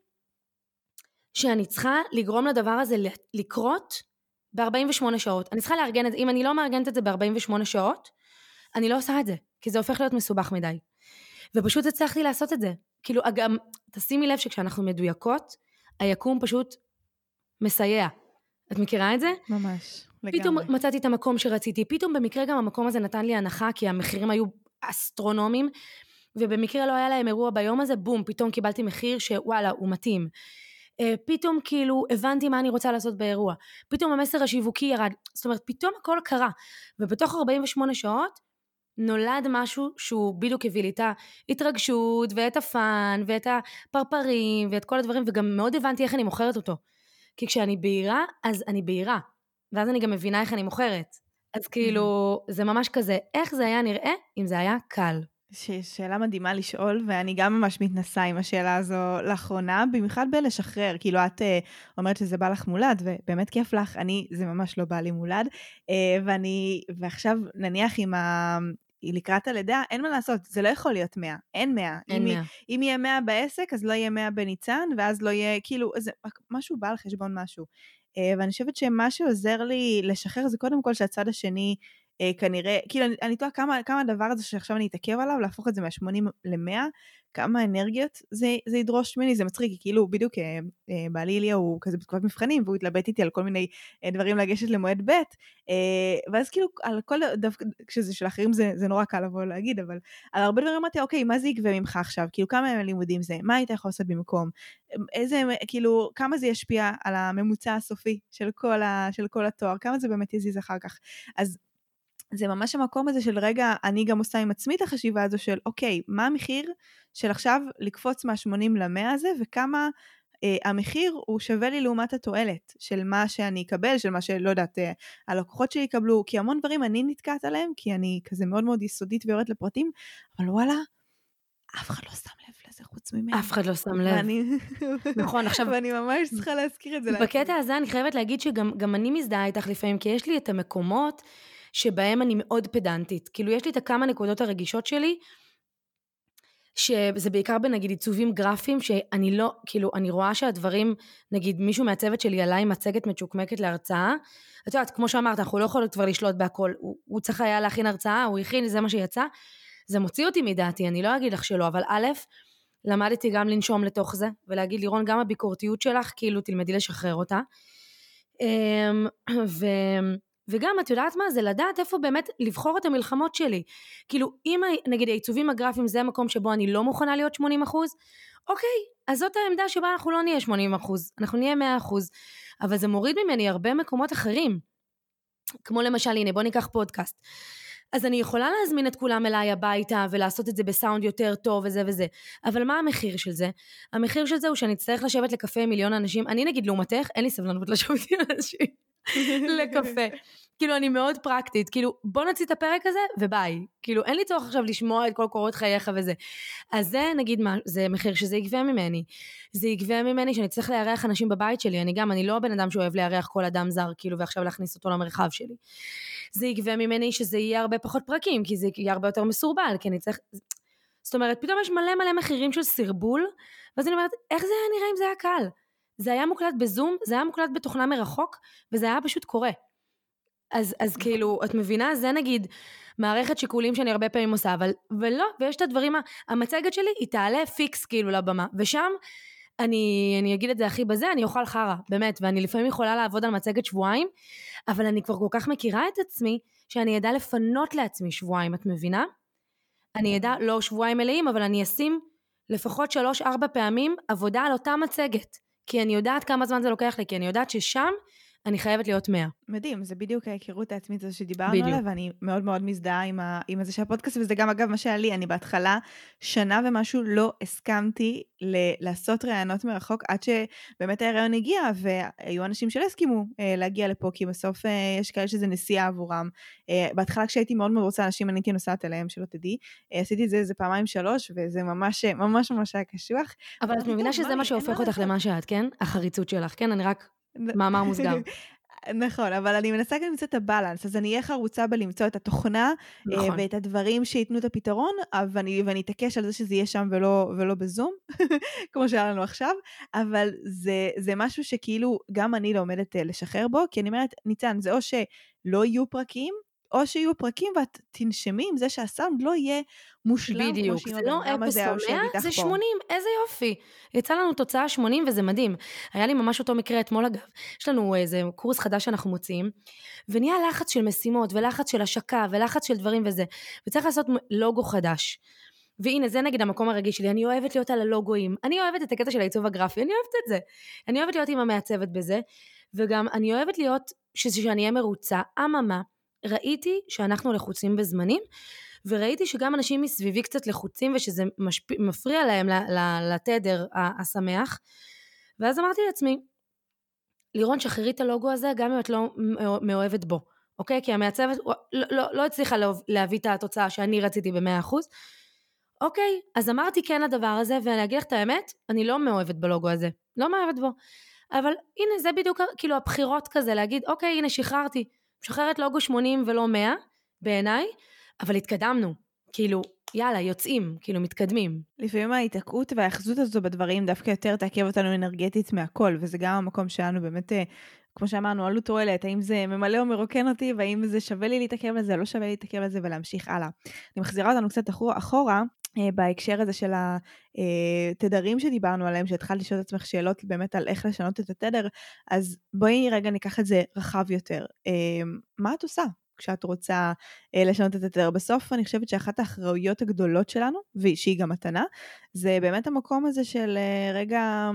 Speaker 2: שאני צריכה לגרום לדבר הזה לקרות ב-48 שעות. אני צריכה לארגן את זה, אם אני לא מארגנת את זה ב-48 שעות, אני לא עושה את זה, כי זה הופך להיות מסובך מדי. ופשוט הצלחתי לעשות את זה. כאילו, גם, תשימי לב שכשאנחנו מדויקות, היקום פשוט מסייע. את מכירה את זה?
Speaker 1: ממש, לגמרי.
Speaker 2: פתאום מצאתי את המקום שרציתי, פתאום במקרה גם המקום הזה נתן לי הנחה, כי המחירים היו אסטרונומיים, ובמקרה לא היה להם אירוע ביום הזה, בום, פתאום קיבלתי מחיר שוואלה, הוא מתאים. פתאום כאילו הבנתי מה אני רוצה לעשות באירוע. פתאום המסר השיווקי ירד. זאת אומרת, פתאום הכל קרה. ובתוך 48 שעות, נולד משהו שהוא בדיוק הביא לי את ההתרגשות, ואת הפן, ואת הפרפרים, ואת כל הדברים, וגם מאוד הבנתי איך אני מוכרת אותו. כי כשאני בהירה, אז אני בהירה. ואז אני גם מבינה איך אני מוכרת. אז כאילו, זה ממש כזה, איך זה היה נראה אם זה היה קל.
Speaker 1: שאלה מדהימה לשאול, ואני גם ממש מתנסה עם השאלה הזו לאחרונה, במיוחד בלשחרר, כאילו את אומרת שזה בא לך מולד, ובאמת כיף לך, זה ממש לא בא לי מולד, ועכשיו נניח לקראת הלידה, אין מה לעשות, זה לא יכול להיות 100, אין 100. אם יהיה 100 בעסק, אז לא יהיה 100 בניצן, ואז לא יהיה, כאילו, משהו בא על חשבון משהו. ואני חושבת שמה שעוזר לי לשחרר, זה קודם כל שהצד השני, כנראה, כאילו אני תוהה כמה הדבר הזה שעכשיו אני אתעכב עליו, להפוך את זה מה-80 ל-100, כמה אנרגיות זה ידרוש ממני, זה מצחיק, כי כאילו בדיוק בעלי אליה הוא כזה בתקופת מבחנים, והוא התלבט איתי על כל מיני דברים לגשת למועד ב', ואז כאילו על כל דווקא, כשזה של אחרים זה נורא קל לבוא להגיד, אבל על הרבה דברים אמרתי, אוקיי, מה זה יקווה ממך עכשיו? כאילו כמה לימודים זה? מה היית יכול לעשות במקום? כאילו, כמה זה ישפיע על הממוצע הסופי של כל התואר? כמה זה באמת יזיז אחר כך? אז זה ממש המקום הזה של רגע, אני גם עושה עם עצמי את החשיבה הזו של, אוקיי, מה המחיר של עכשיו לקפוץ מה-80 ל-100 הזה, וכמה המחיר הוא שווה לי לעומת התועלת של מה שאני אקבל, של מה שלא יודעת, הלקוחות שלי יקבלו, כי המון דברים אני נתקעת עליהם, כי אני כזה מאוד מאוד יסודית ויורדת לפרטים, אבל וואלה, אף אחד לא שם לב לזה חוץ ממני.
Speaker 2: אף אחד לא שם לב. נכון, עכשיו...
Speaker 1: ואני ממש צריכה להזכיר את זה.
Speaker 2: בקטע הזה אני חייבת להגיד שגם אני מזדהה איתך לפעמים, כי יש לי את המקומות שבהם אני מאוד פדנטית. כאילו יש לי את הכמה נקודות הרגישות שלי, שזה בעיקר בנגיד עיצובים גרפיים, שאני לא, כאילו אני רואה שהדברים, נגיד מישהו מהצוות שלי עליי מצגת מצ'וקמקת להרצאה, את יודעת, כמו שאמרת, אנחנו לא יכולים כבר לשלוט בהכל, הוא צריך היה להכין הרצאה, הוא הכין, זה מה שיצא, זה מוציא אותי מדעתי, אני לא אגיד לך שלא, אבל א', למדתי גם לנשום לתוך זה, ולהגיד לירון, גם הביקורתיות שלך, כאילו תלמדי לשחרר אותה, וגם את יודעת מה, זה לדעת איפה באמת לבחור את המלחמות שלי, כאילו אם נגיד העיצובים הגרפיים זה המקום שבו אני לא מוכנה להיות 80%, אוקיי, אז זאת העמדה שבה אנחנו לא נהיה 80%, אנחנו נהיה 100%, אבל זה מוריד ממני הרבה מקומות אחרים, כמו למשל, הנה בוא ניקח פודקאסט, אז אני יכולה להזמין את כולם אליי הביתה, ולעשות את זה בסאונד יותר טוב וזה וזה, אבל מה המחיר של זה? המחיר של זה הוא שאני אצטרך לשבת לקפה עם מיליון אנשים, אני נגיד לעומתך, אין לי סבלנות לשבת עם אנשים לקפה, כאילו אני מאוד פרקטית, כאילו בוא נוציא את הפרק הזה וביי, כאילו אין לי צורך עכשיו לשמוע את כל קורות חייך וזה, אז זה נגיד מה, זה מחיר שזה יגבה ממני, זה יגבה ממני שאני צריך לארח אנשים בבית שלי, אני לא בן אדם שאוהב לארח כל אדם זר, כאילו ועכשיו להכניס אותו למרחב שלי, זה יגבה ממני שזה יהיה הרבה פחות פרקים, כי זה יהיה הרבה יותר מסורבל, כי אני צריך, זאת אומרת, פתאום יש מלא מחירים של סרבול, ואז אני אומרת, איך זה היה נראה אם זה היה קל? זה היה מוקלט בזום, זה היה מוקלט בתוכנה מרחוק, וזה היה פשוט קורה. אז כאילו, את מבינה? זה נגיד מערכת שיקולים שאני הרבה פעמים עושה, אבל, ולא, ויש את הדברים, המצגת שלי, היא תעלה פיקס כאילו לבמה, ושם, אני אגיד את זה הכי בזה, אני אוכל חרה, באמת, ואני לפעמים יכולה לעבוד על מצגת שבועיים, אבל אני כבר כל כך מכירה את עצמי, שאני ידע לפנות לעצמי שבועיים, את מבינה? אני ידע, לא שבועיים מלאים, אבל אני אשים לפחות 3-4 פעמים עבודה על אותה מצגת, כי אני יודעת כמה זמן זה לוקח לי, כי אני יודעת ששם אני חייבת להיות 100.
Speaker 1: מדהים, זה בדיוק ההיכרות העצמית הזו שדיברנו
Speaker 2: בדיוק.
Speaker 1: עליה, ואני מאוד מאוד מזדהה עם הזה של הפודקאסט, וזה גם אגב מה שהיה לי, אני בהתחלה שנה ומשהו לא הסכמתי לעשות רעיונות מרחוק, עד שבאמת הרעיון הגיע, והיו אנשים שלא הסכימו להגיע לפה, כי בסוף יש כאלה שזה נסיעה עבורם. בהתחלה כשהייתי מאוד מאוד רוצה, אנשים אני הייתי נוסעת אליהם, שלא תדעי, עשיתי את זה איזה 2-3, וזה ממש ממש ממש היה קשוח.
Speaker 2: אבל את מבינה שזה מה שהופך אותך למה שאת, כן? החריצות שלך, כן? אני רק מאמר מוסגר.
Speaker 1: נכון, אבל אני מנסה גם למצוא את הבלנס, אז אני אהיה חרוצה בלמצוא את התוכנה,
Speaker 2: נכון.
Speaker 1: ואת הדברים שייתנו את הפתרון, ואני אתעקש על זה שזה יהיה שם ולא בזום, כמו שהיה לנו עכשיו, אבל זה משהו שכאילו גם אני לא עומדת לשחרר בו, כי אני אומרת, ניצן, זה או שלא יהיו פרקים, או שיהיו פרקים ואת תנשמי עם זה שהסאונד לא יהיה מושלם.
Speaker 2: בדיוק, זה לא 0 או 100, זה 80, איזה יופי. יצא לנו תוצאה 80 וזה מדהים. היה לי ממש אותו מקרה אתמול אגב. יש לנו איזה קורס חדש שאנחנו מוציאים, ונהיה לחץ של משימות, ולחץ של השקה, ולחץ של דברים וזה. וצריך לעשות לוגו חדש. והנה, זה נגיד המקום הרגיש שלי, אני אוהבת להיות על הלוגויים, אני אוהבת את הקטע של העיצוב הגרפי, אני אוהבת את זה. אני אוהבת להיות עם המעצבת בזה, וגם אני אוהבת להיות, שאני אהיה מרוצה, אממה, ראיתי שאנחנו לחוצים בזמנים, וראיתי שגם אנשים מסביבי קצת לחוצים, ושזה מפריע להם לתדר השמח, ואז אמרתי לעצמי, לירון, שחררי את הלוגו הזה, גם אם את לא מאוהבת בו, אוקיי? כי המעצבת לא הצליחה להביא את התוצאה שאני רציתי ב100%, אוקיי, אז אמרתי כן לדבר הזה, ואני אגיד לך את האמת, אני לא מאוהבת בלוגו הזה, לא מאוהבת בו, אבל הנה זה בדיוק כאילו הבחירות כזה, להגיד אוקיי, הנה שחררתי, משחררת לוגו 80 ולא 100 בעיניי, אבל התקדמנו, כאילו יאללה יוצאים, כאילו מתקדמים.
Speaker 1: לפעמים ההתעקעות והאחזות הזו בדברים דווקא יותר תעכב אותנו אנרגטית מהכל, וזה גם המקום שלנו באמת, כמו שאמרנו, עלות תועלת, האם זה ממלא או מרוקן אותי, והאם זה שווה לי להתעכב לזה, לא שווה לי להתעכב לזה ולהמשיך הלאה. אני מחזירה אותנו קצת אחורה, בהקשר הזה של התדרים שדיברנו עליהם, שהתחלת לשאול את עצמך שאלות באמת על איך לשנות את התדר, אז בואי רגע ניקח את זה רחב יותר. מה את עושה כשאת רוצה לשנות את התדר? בסוף אני חושבת שאחת האחראויות הגדולות שלנו, ושהיא גם מתנה, זה באמת המקום הזה של רגע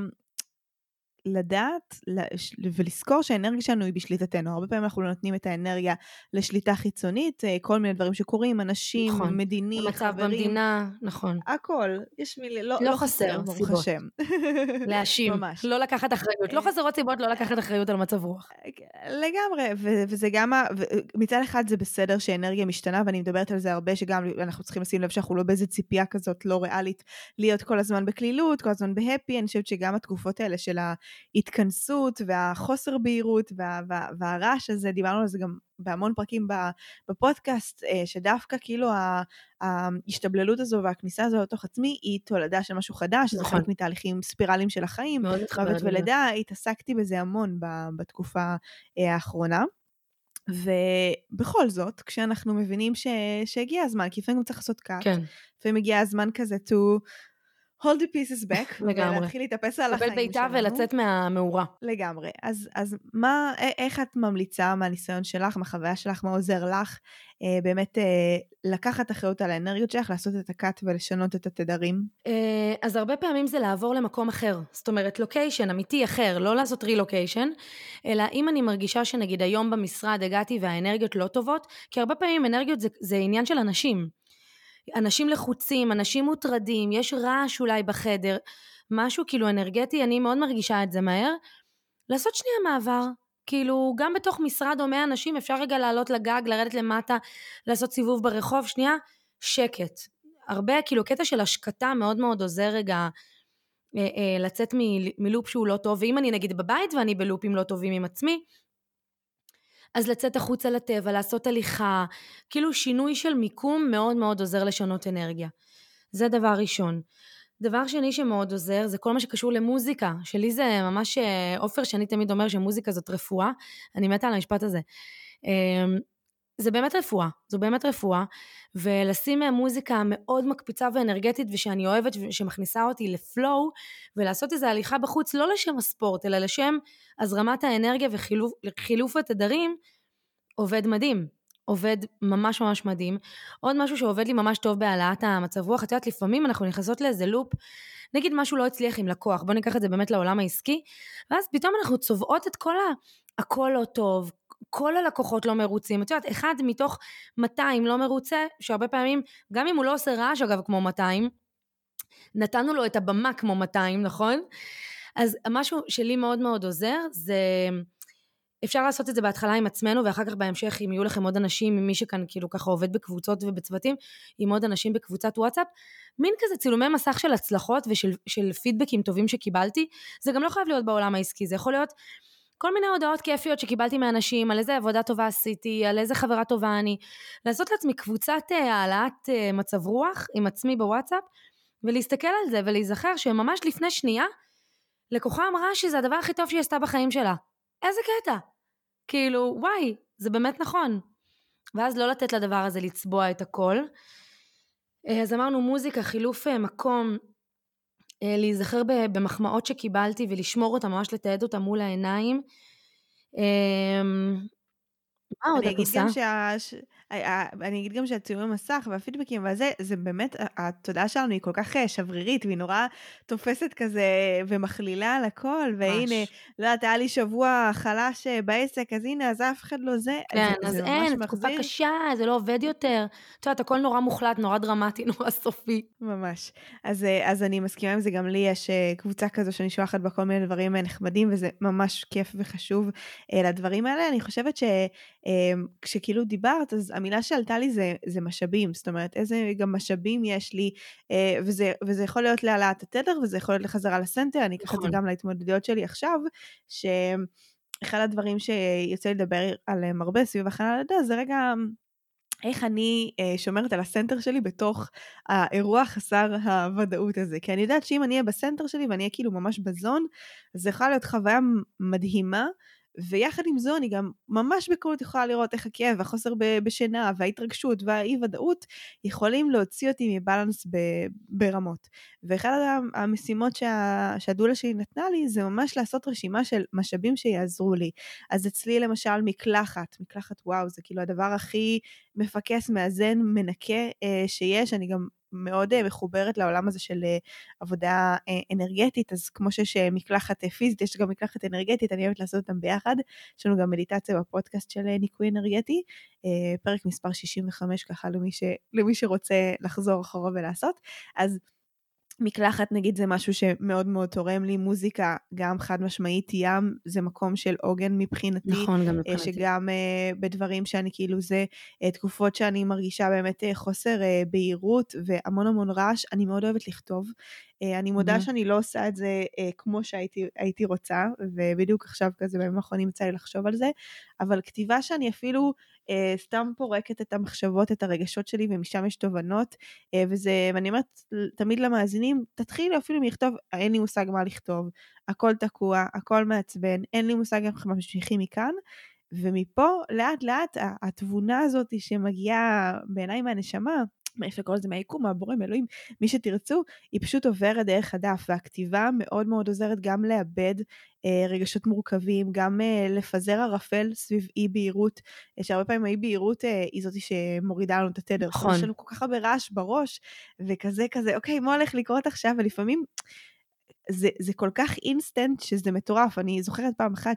Speaker 1: לדעת ולזכור שהאנרגיה שלנו היא בשליטתנו. הרבה פעמים אנחנו לא נותנים את האנרגיה לשליטה חיצונית, כל מיני דברים שקורים, אנשים,
Speaker 2: נכון.
Speaker 1: מדיני,
Speaker 2: המצב
Speaker 1: חברים.
Speaker 2: במדינה, נכון.
Speaker 1: הכל. יש מילי,
Speaker 2: לא חסר סיבות. להאשים,
Speaker 1: ממש.
Speaker 2: לא לקחת אחריות. לא חסרות סיבות לא לקחת אחריות על מצב רוח.
Speaker 1: לגמרי, וזה גם, מצד אחד זה בסדר שאנרגיה משתנה, ואני מדברת על זה הרבה, שגם אנחנו צריכים לשים לב שאנחנו לא באיזה ציפייה כזאת לא ריאלית, להיות כל הזמן בכלילות, כל הזמן בהפי. אני חושבת שגם התקופות האלה של ההתכנסות והחוסר בהירות והרעש הזה, דיברנו על זה גם בהמון פרקים בפודקאסט, שדווקא כאילו ההשתבללות הזו והכניסה הזו לתוך עצמי היא תולדה של משהו חדש, זה חלק מתהליכים ספירליים של החיים, מוות ולידה, התעסקתי בזה המון בתקופה האחרונה, ובכל זאת, כשאנחנו מבינים שהגיע הזמן, כי לפעמים צריך לעשות קאט, לפעמים הגיע הזמן כזה to hold the pieces back, ולהתחיל להתאפס על החיים שלנו.
Speaker 2: לקבל ביתה ולצאת מהמאורה.
Speaker 1: לגמרי. אז איך את ממליצה מהניסיון שלך, מהחוויה שלך, מה עוזר לך, באמת לקחת אחריות על האנרגיות שלך, לעשות את הקאט ולשנות את התדרים?
Speaker 2: אז הרבה פעמים זה לעבור למקום אחר. זאת אומרת, לוקיישן אמיתי אחר, לא לעשות רילוקיישן, אלא אם אני מרגישה שנגיד היום במשרד הגעתי והאנרגיות לא טובות, כי הרבה פעמים אנרגיות זה עניין של אנשים. אנשים לחוצים, אנשים מוטרדים, יש רעש אולי בחדר, משהו כאילו אנרגטי, אני מאוד מרגישה את זה מהר, לעשות שנייה מעבר, כאילו גם בתוך משרד או 100 אנשים אפשר רגע לעלות לגג, לרדת למטה, לעשות סיבוב ברחוב, שנייה, שקט. הרבה, כאילו קטע של השקטה מאוד מאוד עוזר רגע לצאת מלופ שהוא לא טוב, ואם אני נגיד בבית ואני בלופים לא טובים עם עצמי, אז לצאת החוצה לטבע, לעשות הליכה, כאילו שינוי של מיקום מאוד מאוד עוזר לשנות אנרגיה. זה דבר ראשון. דבר שני שמאוד עוזר, זה כל מה שקשור למוזיקה, שלי זה ממש, אופר שאני תמיד אומר שמוזיקה זאת רפואה, אני מתה על המשפט הזה. זה באמת רפואה, זו באמת רפואה, ולשים מוזיקה מאוד מקפיצה ואנרגטית ושאני אוהבת ושמכניסה אותי לפלואו, ולעשות איזו הליכה בחוץ לא לשם הספורט, אלא לשם הזרמת האנרגיה וחילוף התדרים, עובד מדהים, עובד ממש ממש מדהים. עוד משהו שעובד לי ממש טוב בהעלאת המצב רוח, את יודעת, לפעמים אנחנו נכנסות לאיזה לופ, נגיד משהו לא הצליח עם לקוח, בוא ניקח את זה באמת לעולם העסקי, ואז פתאום אנחנו צובעות את הכל לא טוב, כל הלקוחות לא מרוצים, את יודעת, אחד מתוך 200 לא מרוצה, שהרבה פעמים, גם אם הוא לא עושה רעש אגב כמו 200, נתנו לו את הבמה כמו 200, נכון? אז משהו שלי מאוד מאוד עוזר, זה אפשר לעשות את זה בהתחלה עם עצמנו, ואחר כך בהמשך, אם יהיו לכם עוד אנשים, עם מי שכאן כאילו ככה עובד בקבוצות ובצוותים, עם עוד אנשים בקבוצת וואטסאפ, מין כזה צילומי מסך של הצלחות ושל פידבקים טובים שקיבלתי, זה גם לא חייב להיות בעולם העסקי, זה יכול להיות כל מיני הודעות כיפיות שקיבלתי מאנשים, על איזה עבודה טובה עשיתי, על איזה חברה טובה אני, לעשות לעצמי קבוצת העלאת מצב רוח עם עצמי בוואטסאפ, ולהסתכל על זה ולהיזכר שממש לפני שנייה, לקוחה אמרה שזה הדבר הכי טוב שהיא עשתה בחיים שלה. איזה קטע. כאילו, וואי, זה באמת נכון. ואז לא לתת לדבר הזה לצבוע את הכל. אז אמרנו מוזיקה, חילוף מקום, להיזכר במחמאות שקיבלתי ולשמור אותה, ממש לתעד אותה מול העיניים. מה עוד את עושה?
Speaker 1: אני אגיד גם שהציורי מסך והפידבקים וזה, זה באמת, התודעה שלנו היא כל כך שברירית, והיא נורא תופסת כזה ומכלילה על הכל, והנה, לא יודעת, היה לי שבוע חלש בעסק, אז הנה, אז אף אחד לא זה,
Speaker 2: כן,
Speaker 1: זה
Speaker 2: אז
Speaker 1: ממש
Speaker 2: אין,
Speaker 1: מחזיר.
Speaker 2: תקופה קשה, זה לא עובד יותר. את יודעת, הכל נורא מוחלט, נורא דרמטי, נורא סופי.
Speaker 1: ממש. אז אני מסכימה עם זה, גם לי יש קבוצה כזו שאני שולחת בה כל מיני דברים נחמדים, וזה ממש כיף וחשוב לדברים האלה. אני חושבת שכאילו דיברת, אז המילה שעלתה לי זה משאבים, זאת אומרת, איזה גם משאבים יש לי, וזה יכול להיות להעלאת התדר, וזה יכול להיות לחזרה לסנטר, אני אקח את זה גם להתמודדויות שלי עכשיו, שאחד הדברים שיוצא לדבר עליהם הרבה סביב הכנה לידה, זה רגע איך אני שומרת על הסנטר שלי בתוך האירוע חסר הוודאות הזה. כי אני יודעת שאם אני אהיה בסנטר שלי ואני אהיה כאילו ממש בזון, זה יכול להיות חוויה מדהימה, ויחד עם זו אני גם ממש בקלות יכולה לראות איך הכאב והחוסר בשינה וההתרגשות והאי ודאות יכולים להוציא אותי מבלנס ברמות. ואחת המשימות שהדולה שלי נתנה לי זה ממש לעשות רשימה של משאבים שיעזרו לי. אז אצלי למשל מקלחת וואו, זה כאילו הדבר הכי מפקס, מאזן, מנקה שיש. אני גם מאוד מחוברת לעולם הזה של עבודה אנרגטית, אז כמו שיש מקלחת פיזית, יש גם מקלחת אנרגטית, אני אוהבת לעשות אותם ביחד. יש לנו גם מדיטציה בפודקאסט של ניקוי אנרגטי, פרק מספר 65, ככה למי שרוצה לחזור אחורה ולעשות. אז מקלחת נגיד זה משהו שמאוד מאוד תורם לי, מוזיקה גם חד משמעית, ים זה מקום של עוגן מבחינתי,
Speaker 2: נכון, גם מבחינתי.
Speaker 1: שגם בדברים שאני כאילו זה תקופות שאני מרגישה באמת חוסר בהירות והמון המון רעש, אני מאוד אוהבת לכתוב, אני מודה שאני לא עושה את זה כמו שהייתי רוצה, ובדיוק עכשיו כזה בימים האחרונים יצא לי לחשוב על זה, אבל כתיבה שאני אפילו סתם פורקת את המחשבות, את הרגשות שלי, ומשם יש תובנות, ואני אומרת תמיד למאזינים, תתחילו אפילו מכתוב, אין לי מושג מה לכתוב, הכל תקוע, הכל מעצבן, אין לי מושג איך ממשיכים מכאן, ומפה לאט לאט התבונה הזאת שמגיעה בעיניי מהנשמה, מה יש לקרוא לזה מהיקום, מהבורא, מאלוהים, מי שתרצו, היא פשוט עוברת דרך הדף, והכתיבה מאוד מאוד עוזרת גם לאבד רגשות מורכבים, גם לפזר ערפל סביב אי בהירות, שהרבה פעמים האי בהירות היא זאת שמורידה לנו את התדר,
Speaker 2: נכון.
Speaker 1: יש לנו כל כך הרבה רעש בראש, וכזה, אוקיי, מה הולך לקרות עכשיו, ולפעמים זה כל כך אינסטנט שזה מטורף. אני זוכרת פעם אחת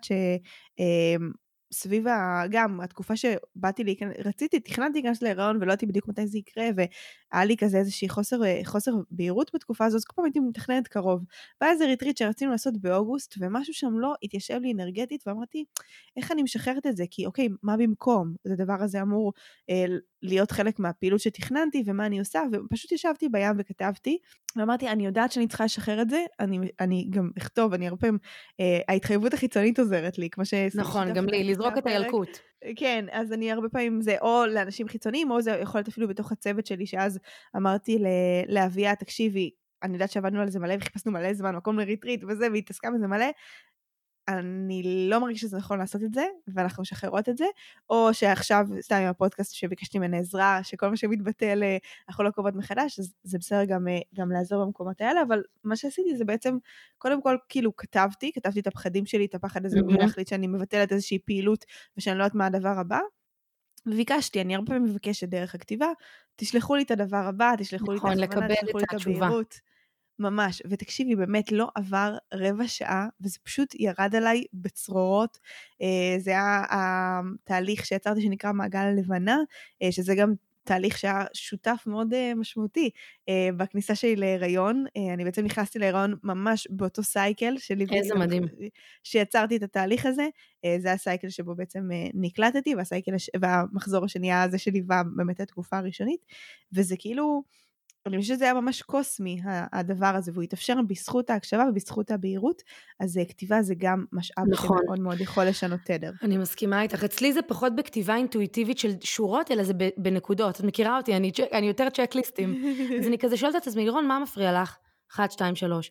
Speaker 1: סביב גם התקופה שבאתי תכננתי להיכנס להיריון ולא הייתי בדיוק מתי זה יקרה, והיה לי כזה איזושהי חוסר בהירות בתקופה הזו, אז כל פעם הייתי מתכננת קרוב, והיה איזה ריטריט שרצינו לעשות באוגוסט, ומשהו שם לא התיישב לי אנרגטית, ואמרתי, איך אני משחררת את זה? כי אוקיי, מה במקום? הדבר הזה אמור להיות חלק מהפעילות שתכננתי, ומה אני עושה, ופשוט ישבתי בים וכתבתי, ואמרתי, אני יודעת שאני צריכה לשחרר את זה, אני גם אכתוב, אני הרבה פעמים, ההתחייבות החיצונית עוזרת לי, כמו
Speaker 2: נכון, גם לי, לזרוק את הילקוט.
Speaker 1: כן, אז אני הרבה פעמים זה או לאנשים חיצוניים, או זה יכול להיות אפילו בתוך הצוות שלי, שאז אמרתי לאביה, תקשיבי, אני יודעת שעבדנו על זה מלא, וחיפשנו מלא זמן, מקום לריטריט וזה, והתעסקה בזה מלא, אני לא מרגיש שזה נכון לעשות את זה, ואנחנו משחררות את זה, או שעכשיו, סתם עם הפודקאסט שביקשתי ממנה עזרה, שכל מה שמתבטל, אנחנו לא קובעות מחדש, אז זה בסדר גם לעזור במקומות האלה, אבל מה שעשיתי זה בעצם, קודם כל, כאילו כתבתי את הפחדים שלי, את הפחד הזה, להחליט שאני מבטלת איזושהי פעילות, ושאני לא יודעת מה הדבר הבא, וביקשתי, אני הרבה פעמים מבקשת דרך הכתיבה, תשלחו לי את הדבר הבא, תשלחו לי את ההכוונה, תשלחו לי את הבהירות. ממש, ותקשיבי, באמת לא עבר רבע שעה, וזה פשוט ירד עליי בצרורות. זה היה התהליך שיצרתי שנקרא מעגל הלבנה, שזה גם תהליך שהיה שותף מאוד משמעותי בכניסה שלי להיריון. אני בעצם נכנסתי להיריון ממש באותו סייקל שלי.
Speaker 2: איזה מדהים.
Speaker 1: שיצרתי את התהליך הזה, זה הסייקל שבו בעצם נקלטתי, והמחזור השני היה זה שליווה באמת התקופה הראשונית, וזה כאילו, אני חושבת שזה היה ממש קוסמי, הדבר הזה, והוא התאפשר בזכות ההקשבה ובזכות הבהירות, אז כתיבה זה גם משאב שמאוד מאוד יכול לשנות תדר.
Speaker 2: אני מסכימה איתך, אצלי זה פחות בכתיבה אינטואיטיבית של שורות, אלא זה בנקודות. את מכירה אותי, אני יותר צ'קליסטים. אז אני כזה שואלת את עצמי, לירון, מה מפריע לך? 1, 2, 3.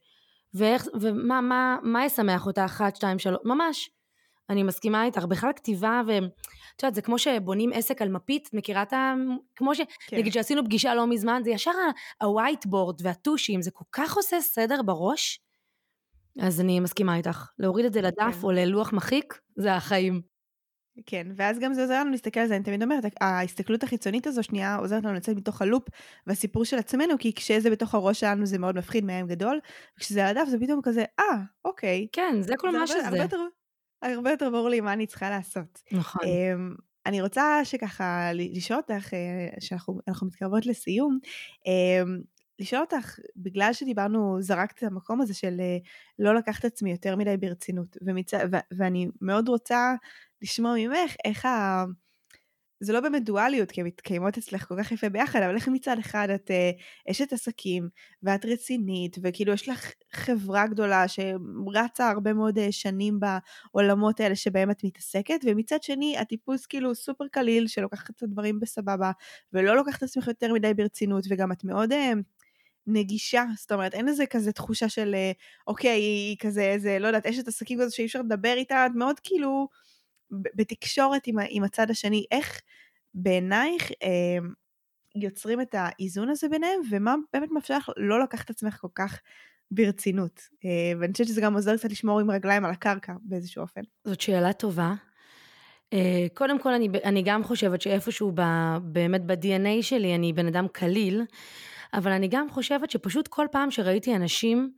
Speaker 2: ומה ישמח אותה? 1, 2, 3. ממש. אני מסכימה איתך, בכלל כתיבה, ואת יודעת, זה כמו שבונים עסק על מפית, מכירה את כמו נגיד שעשינו פגישה לא מזמן, זה ישר הווייטבורד והטושים, זה כל כך עושה סדר בראש, אז אני מסכימה איתך, להוריד את זה לדף או ללוח מחיק, זה החיים.
Speaker 1: כן, ואז גם זה עוזר לנו להסתכל על זה, אני תמיד אומרת, ההסתכלות החיצונית הזו שנייה עוזרת לנו לצאת מתוך הלופ והסיפור של עצמנו, כי כשזה בתוך הראש שלנו זה מאוד מפחיד מהם גדול, וכשזה על הדף זה פתאום כזה, אוקיי.
Speaker 2: כן, זה כל מה שזה.
Speaker 1: הרבה יותר ברור לי מה אני צריכה לעשות.
Speaker 2: נכון.
Speaker 1: אני רוצה שככה לשאול אותך, שאנחנו מתקרבות לסיום, לשאול אותך, בגלל שדיברנו, זרקת את המקום הזה של לא לקחת עצמי יותר מדי ברצינות, ואני מאוד רוצה לשמוע ממך איך זה לא באמת דואליות, כי הן מתקיימות אצלך כל כך יפה ביחד, אבל איך מצד אחד את אשת עסקים, ואת רצינית, וכאילו יש לך חברה גדולה, שרצה הרבה מאוד שנים בעולמות האלה שבהם את מתעסקת, ומצד שני, הטיפוס כאילו סופר קליל, שלוקחת את הדברים בסבבה, ולא לוקחת את עצמך יותר מדי ברצינות, וגם את מאוד נגישה, זאת אומרת, אין איזה כזה תחושה של, אוקיי, היא כזה, איזה, לא יודעת, אשת עסקים כזה שאי אפשר לדבר איתה, את מאוד כאילו, בתקשורת עם הצד השני, איך בעינייך יוצרים את האיזון הזה ביניהם, ומה באמת מאפשר לך לא לקחת את עצמך כל כך ברצינות, ואני חושבת שזה גם עוזר קצת לשמור עם רגליים על הקרקע באיזשהו אופן.
Speaker 2: זאת שאלה טובה. קודם כל אני גם חושבת שאיפשהו באמת ב-DNA שלי אני בן אדם קליל, אבל אני גם חושבת שפשוט כל פעם שראיתי אנשים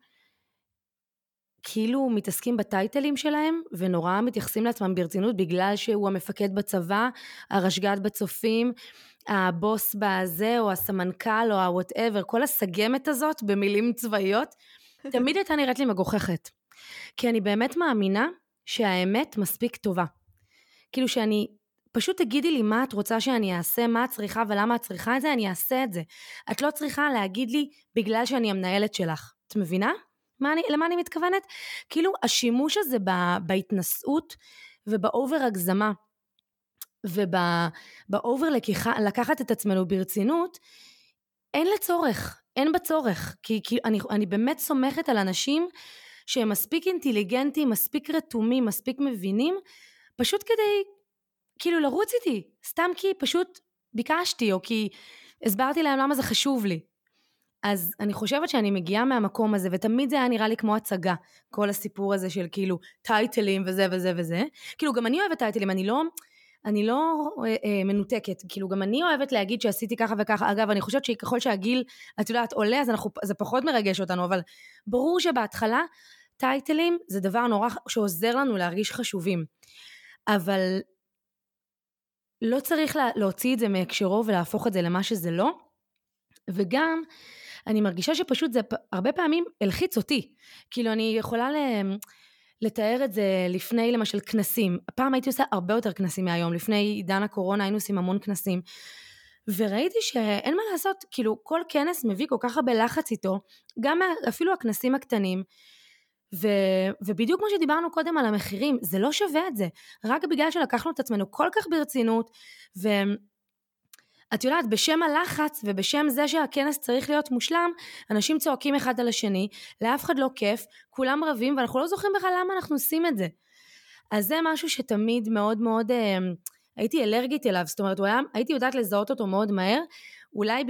Speaker 2: כאילו מתעסקים בטייטלים שלהם, ונורא מתייחסים לעצמם ברצינות, בגלל שהוא המפקד בצבא, הרשג"ד בצופים, הבוס בזה, או הסמנכ"ל, או ה-whatever, כל הסגמת הזאת במילים צבאיות, תמיד הייתה נראית לי מגוחכת. כי אני באמת מאמינה שהאמת מספיק טובה. כאילו שאני, פשוט תגידי לי מה את רוצה שאני אעשה, מה את צריכה ולמה את צריכה את זה, אני אעשה את זה. את לא צריכה להגיד לי בגלל שאני המנהלת שלך. את מבינה? למה אני מתכוונת? כאילו השימוש הזה בהתנסות ובאובר הגזמה ובאובר לקחת את עצמנו ברצינות, אין בצורך, כי אני באמת סומכת על אנשים שהם מספיק אינטליגנטים, מספיק רתומים, מספיק מבינים, פשוט כדי כאילו לרוץ איתי, סתם כי פשוט ביקשתי, או כי הסברתי להם למה זה חשוב לי. אז אני חושבת שאני מגיעה מהמקום הזה, ותמיד זה היה נראה לי כמו הצגה, כל הסיפור הזה של כאילו טייטלים וזה וזה וזה, כאילו גם אני אוהבת טייטלים, אני לא מנותקת, כאילו גם אני אוהבת להגיד שעשיתי ככה וככה, אגב אני חושבת שככל שהגיל, את יודעת, עולה, אז זה פחות מרגש אותנו, אבל ברור שבהתחלה טייטלים זה דבר נורא שעוזר לנו להרגיש חשובים, אבל לא צריך להוציא את זה מהקשרו ולהפוך את זה למה שזה לא, וגם אני מרגישה שפשוט זה הרבה פעמים הלחיץ אותי, כאילו אני יכולה לתאר את זה לפני למשל כנסים, הפעם הייתי עושה הרבה יותר כנסים מהיום, לפני עידן הקורונה היינו עושים המון כנסים, וראיתי שאין מה לעשות, כאילו כל כנס מביא כל כך הרבה לחץ איתו, גם אפילו הכנסים הקטנים, ובדיוק כמו שדיברנו קודם על המחירים, זה לא שווה את זה, רק בגלל שלקחנו את עצמנו כל כך ברצינות, את יודעת, בשם הלחץ ובשם זה שהכנס צריך להיות מושלם, אנשים צועקים אחד על השני, לאף אחד לא כיף, כולם רבים, ואנחנו לא זוכרים בכלל למה אנחנו עושים את זה. אז זה משהו שתמיד מאוד מאוד הייתי אלרגית אליו, זאת אומרת, הייתי יודעת לזהות אותו מאוד מהר, אולי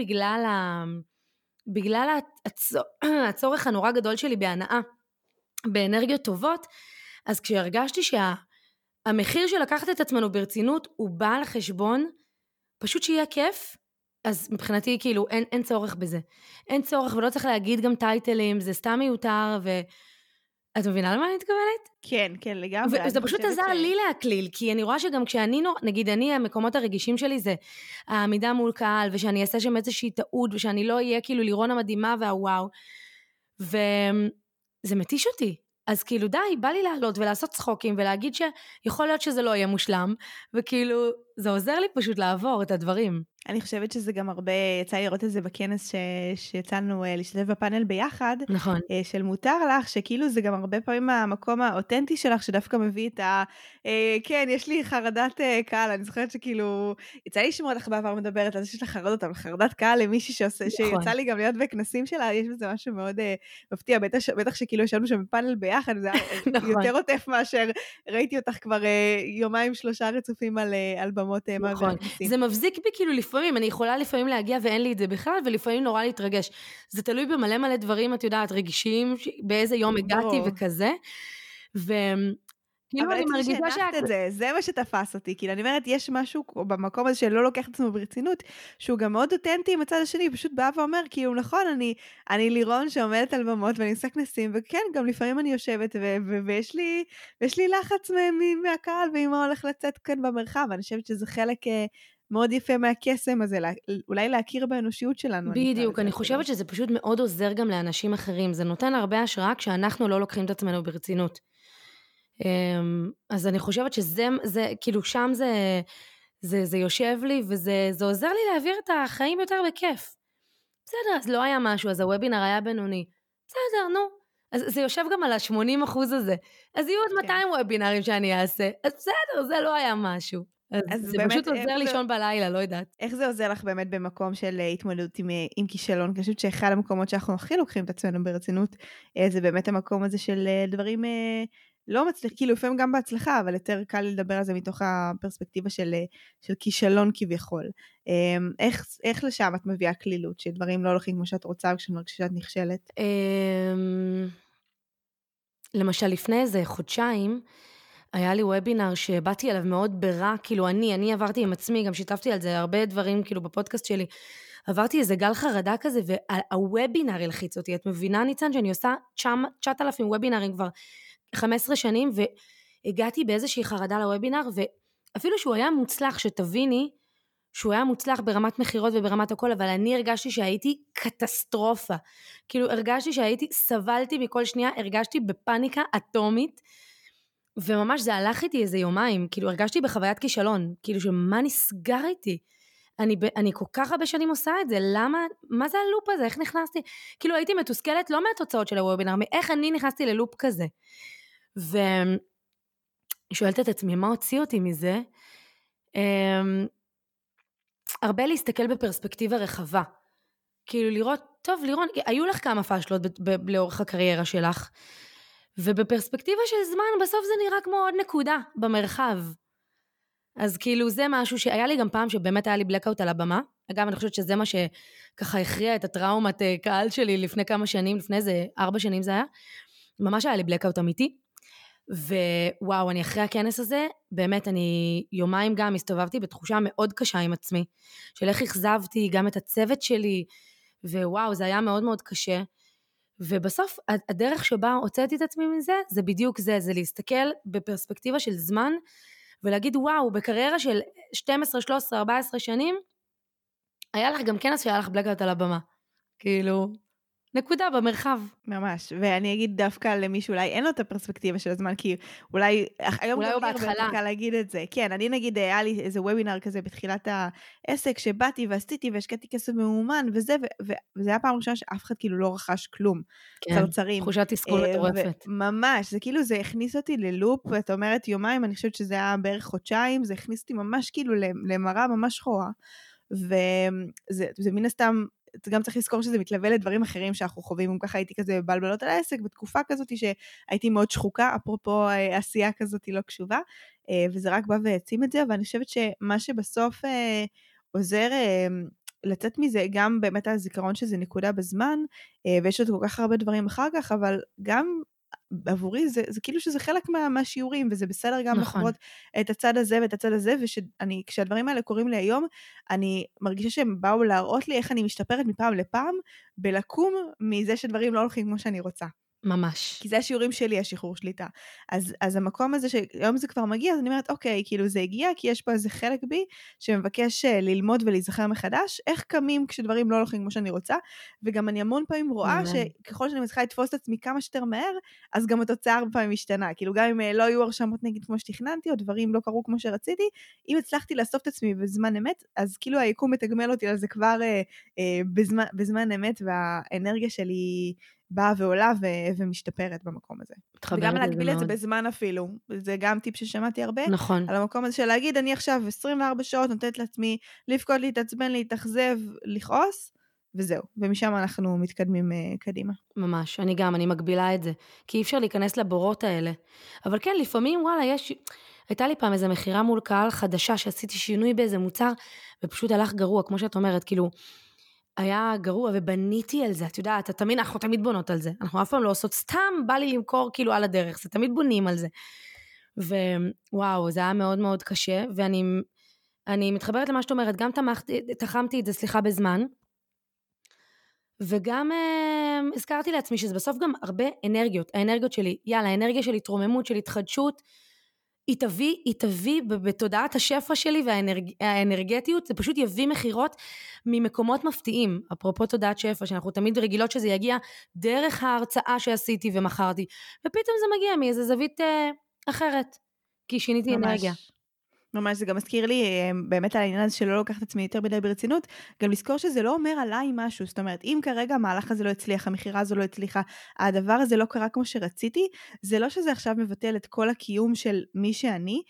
Speaker 2: בגלל הצורך הנורא גדול שלי בהנאה, באנרגיות טובות, אז כשהרגשתי שהמחיר של לקחת את עצמנו ברצינות, הוא בא על חשבון, פשוט שיהיה כיף, אז מבחינתי כאילו אין צורך בזה. אין צורך ולא צריך להגיד גם טייטלים, זה סתם מיותר את מבינה למה אני מתכוונת?
Speaker 1: כן, כן, לגמרי.
Speaker 2: וזה פשוט עזר לי להקליל, כי אני רואה שגם כשאני, נגיד אני, המקומות הרגישים שלי זה העמידה מול קהל, ושאני אעשה שם איזושהי טעות, ושאני לא אהיה כאילו לירון המדהימה והוואו, וזה מתיש אותי. אז כאילו די, בא לי לעלות ולעשות צחוקים, ולהגיד שיכול להיות שזה לא יהיה מושלם, וכאילו זה עוזר לי פשוט לעבור את הדברים.
Speaker 1: אני חושבת שזה גם הרבה, יצא לראות את זה בכנס שיצאנו להשתתף בפאנל ביחד,
Speaker 2: נכון.
Speaker 1: של מותר לך, שכאילו זה גם הרבה פעמים המקום האותנטי שלך, שדווקא מביא את כן, יש לי חרדת קהל, אני זוכרת שכאילו, יצא לי לשמוע אותך בעבר מדברת על זה שיש לך חרדות, אבל חרדת קהל למישהי שיצא לי גם להיות בכנסים שלה, יש בזה משהו מאוד מפתיע, בטח שכאילו ישבנו שם בפאנל ביחד, זה יותר עוטף מאשר ראיתי אותך כבר יומיים 3 רצופים על במות
Speaker 2: נכון, זה מבזיק בי כאילו לפעמים, אני יכולה לפעמים להגיע ואין לי את זה בכלל, ולפעמים נורא להתרגש. זה תלוי במלא מלא דברים, את יודעת, רגישים, באיזה יום הגעתי וכזה, וכאילו אני מרגישה
Speaker 1: זה מה שתפס אותי, כאילו אני אומרת, יש משהו במקום הזה שלא לוקח את עצמו ברצינות, שהוא גם מאוד אותנטי עם הצד השני, פשוט בא ואומר, כאילו נכון, אני לירון שעומדת על במות, ואני עושה כנסים, וכן, גם לפעמים אני יושבת, ויש לי לחץ מהקהל, ואם הוא הולך לצאת כאן במרחב, אני חושבת שזה חלק מאוד יפה מהקסם הזה, אולי להכיר באנושיות שלנו.
Speaker 2: בדיוק, אני חושבת שזה פשוט מאוד עוזר גם לאנשים אחרים, זה נותן הרבה השראה כשאנחנו לא לוקחים את עצמנו ברצינות. אז אני חושבת שזה, כאילו שם זה יושב לי, וזה עוזר לי להעביר את החיים יותר בכיף. בסדר, אז לא היה משהו, אז הוובינר היה בינוני. בסדר, נו. אז זה יושב גם על ה-80% הזה. אז יהיו עוד 200 וובינרים שאני אעשה. אז בסדר, זה לא היה משהו. אז זה פשוט עוזר לישון בלילה, לא יודעת.
Speaker 1: איך זה עוזר לך באמת במקום של התמודדות עם כישלון? אני חושבת שאחד המקומות שאנחנו הכי לוקחים את עצמנו ברצינות, זה באמת המקום הזה של דברים לא מצליח, כאילו לפעמים גם בהצלחה, אבל יותר קל לדבר על זה מתוך הפרספקטיבה של כישלון כביכול. איך לשם את מביאה כלילות, שדברים לא הולכים כמו שאת רוצה, כשאת נכשלת?
Speaker 2: למשל, לפני איזה חודשיים, היה לי וובינר שבאתי אליו מאוד ברע, כאילו אני עברתי עם עצמי, גם שיתפתי על זה הרבה דברים, כאילו בפודקאסט שלי, עברתי איזה גל חרדה כזה, והוובינר הלחיץ אותי, את מבינה ניצן, שאני עושה 9,000 וובינרים כבר 15 שנים, והגעתי באיזושהי חרדה לוובינר, ואפילו שהוא היה מוצלח, שתביני, שהוא היה מוצלח ברמת מחירות וברמת הכל, אבל אני הרגשתי שהייתי קטסטרופה, כאילו הרגשתי סבלתי מכל שנייה, הרגשתי בפאניקה אטומית, וממש זה הלך איתי איזה יומיים, כאילו הרגשתי בחוויית כישלון, כאילו שמה נסגר איתי, אני כל כך הרבה שנים עושה את זה, למה, מה זה הלופ הזה, איך נכנסתי, כאילו הייתי מתוסכלת לא מהתוצאות של הוובינר, מאיך אני נכנסתי ללופ כזה, ושואלת את עצמי, מה הוציא אותי מזה, הרבה להסתכל בפרספקטיבה רחבה, כאילו לראות, טוב לירון, היו לך כמה פשלות לאורך הקריירה שלך, ובפרספקטיבה של זמן, בסוף זה נראה כמו עוד נקודה במרחב. אז כאילו זה משהו שהיה לי גם פעם שבאמת היה לי בלקאוט על הבמה. אגב, אני חושבת שזה מה שככה הכריע את הטראומת קהל שלי לפני כמה שנים, לפני איזה 4 שנים זה היה. ממש היה לי בלקאוט אמיתי. ווואו, אני אחרי הכנס הזה, באמת אני יומיים גם הסתובבתי בתחושה מאוד קשה עם עצמי, של איך הכזבתי גם את הצוות שלי, ווואו, זה היה מאוד מאוד קשה. ובסוף הדרך שבה הוצאתי את עצמי מזה, זה בדיוק זה להסתכל בפרספקטיבה של זמן, ולהגיד וואו, בקריירה של 12, 13, 14 שנים, היה לך גם כנס שהיה לך בלקאוט על הבמה. כאילו, נקודה במרחב.
Speaker 1: ממש, ואני אגיד דווקא למי שאולי אין לו את הפרספקטיבה של הזמן, כי אולי, היום
Speaker 2: אולי
Speaker 1: גם בהתחלה להגיד את זה. כן, אני נגיד, היה לי איזה וובינר כזה בתחילת העסק, שבאתי ועשיתי והשקעתי כסף מאומן, וזה היה פעם ראשונה שאף אחד כאילו לא רכש כלום.
Speaker 2: כן,
Speaker 1: צרצרים.
Speaker 2: תחושת תסכול מטורפת.
Speaker 1: ממש, זה כאילו, זה הכניס אותי ללופ, ואת אומרת יומיים, אני חושבת שזה היה בערך חודשיים, זה הכניס אותי ממש כאילו למראה ממש שחורה, וזה מן הסתם, גם צריך לזכור שזה מתלווה לדברים אחרים שאנחנו חווים, אם ככה הייתי כזה בלבלות על העסק, בתקופה כזאת שהייתי מאוד שחוקה, אפרופו עשייה כזאת לא קשובה, וזה רק בא והעצים את זה, ואני חושבת שמה שבסוף עוזר לצאת מזה, גם באמת הזיכרון שזה נקודה בזמן, ויש עוד כל כך הרבה דברים אחר כך, אבל גם עבורי זה כאילו שזה חלק מהשיעורים, וזה בסדר גם לחוות את הצד הזה ואת הצד הזה, וכשהדברים האלה קורים לי היום, אני מרגישה שהם באו להראות לי איך אני משתפרת מפעם לפעם, בלקום מזה שדברים לא הולכים כמו שאני רוצה.
Speaker 2: ממש.
Speaker 1: כי זה השיעורים שלי, השחרור שליטה. אז המקום הזה שהיום זה כבר מגיע, אז אני אומרת, אוקיי, כאילו זה הגיע, כי יש פה איזה חלק בי, שמבקש ללמוד ולהיזכר מחדש, איך קמים כשדברים לא הולכים כמו שאני רוצה, וגם אני המון פעמים רואה שככל שאני מצליחה לתפוס את עצמי כמה שיותר מהר, אז גם התוצאה הרבה פעמים משתנה. כאילו גם אם לא היו הרשמות נגיד כמו שתכננתי, או דברים לא קרו כמו שרציתי, אם הצלחתי לאסוף את עצמי בזמן אמת, אז כאילו היקום מתגמל אותי על זה כבר בזמן אמת, והאנרגיה שלי באה ועולה ומשתפרת במקום הזה. וגם להגביל את זה בזמן אפילו. זה גם טיפ ששמעתי הרבה.
Speaker 2: נכון.
Speaker 1: על המקום הזה של להגיד, אני עכשיו 24 שעות נותנת לעצמי לפקוד, להתעצבן, להתאכזב, לכעוס, וזהו. ומשם אנחנו מתקדמים קדימה.
Speaker 2: ממש. אני מגבילה את זה. כי אי אפשר להיכנס לבורות האלה. אבל כן, לפעמים, וואלה, הייתה לי פעם איזו מחירה מול קהל חדשה, שעשיתי שינוי באיזה מוצר, ופשוט הלך גרוע, כמו שאת אומרת, כאילו, היה גרוע, ובניתי על זה, את יודעת, אנחנו תמיד בונות על זה, אנחנו אף פעם לא עושות, סתם בא לי למכור כאילו על הדרך, זה תמיד בונים על זה, ווואו, זה היה מאוד מאוד קשה, ואני מתחברת למה שאת אומרת, גם תחמתי את זה, סליחה, בזמן, וגם הזכרתי לעצמי, שזה בסוף גם הרבה אנרגיות, האנרגיות שלי, האנרגיה של התרוממות, של התחדשות, היא תביא בתודעת השפע שלי והאנרגטיות, זה פשוט יביא מחירות ממקומות מפתיעים, אפרופו תודעת שפע, שאנחנו תמיד רגילות שזה יגיע דרך ההרצאה שעשיתי ומחרתי, ופתאום זה מגיע מאיזו זווית אחרת, כי שיניתי אנרגיה.
Speaker 1: ממש, זה גם מזכיר לי באמת על העניין הזה שלא לוקח את עצמי יותר מדי ברצינות, גם לזכור שזה לא אומר עליי משהו, זאת אומרת, אם כרגע המהלך הזה לא הצליח, המחירה הזו לא הצליחה, הדבר הזה לא קרה כמו שרציתי, זה לא שזה עכשיו מבטל את כל הקיום של מי שאני,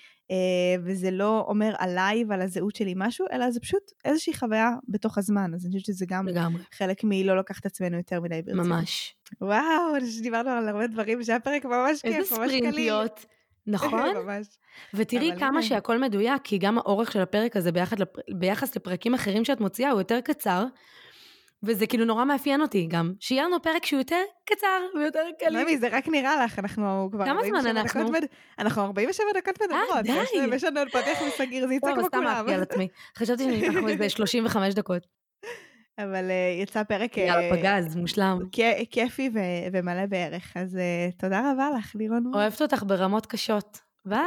Speaker 1: וזה לא אומר עליי ועל הזהות שלי משהו, אלא זה פשוט איזושהי חוויה בתוך הזמן, אז אני חושבת שזה גם חלק מלא לקח את עצמנו יותר מדי ברצינות.
Speaker 2: ממש.
Speaker 1: וואו, דיברנו על הרבה דברים, שהיה פרק ממש כיף, ממש קליל.
Speaker 2: נכון? ותראי כמה שהכל מדויק, כי גם האורך של הפרק הזה ביחס לפרקים אחרים שאת מוציאה הוא יותר קצר, וזה כאילו נורא מאפיין אותי גם, שיהיה לנו פרק שהוא יותר קצר ויותר קליל.
Speaker 1: ממי, זה רק נראה לך, אנחנו כבר...
Speaker 2: כמה זמן אנחנו?
Speaker 1: אנחנו 47 דקות מדברות.
Speaker 2: די.
Speaker 1: יש לנו עוד פתח מסגיר, זה יצא כמו כולם.
Speaker 2: סתם על עצמי. חשבתי שאנחנו איזה 35 דקות.
Speaker 1: אבל יצא פרק...
Speaker 2: יאללה, פגז, מושלם.
Speaker 1: כיפי ומלא בערך, אז תודה רבה לך, לירון.
Speaker 2: אוהבת אותך ברמות קשות. ביי!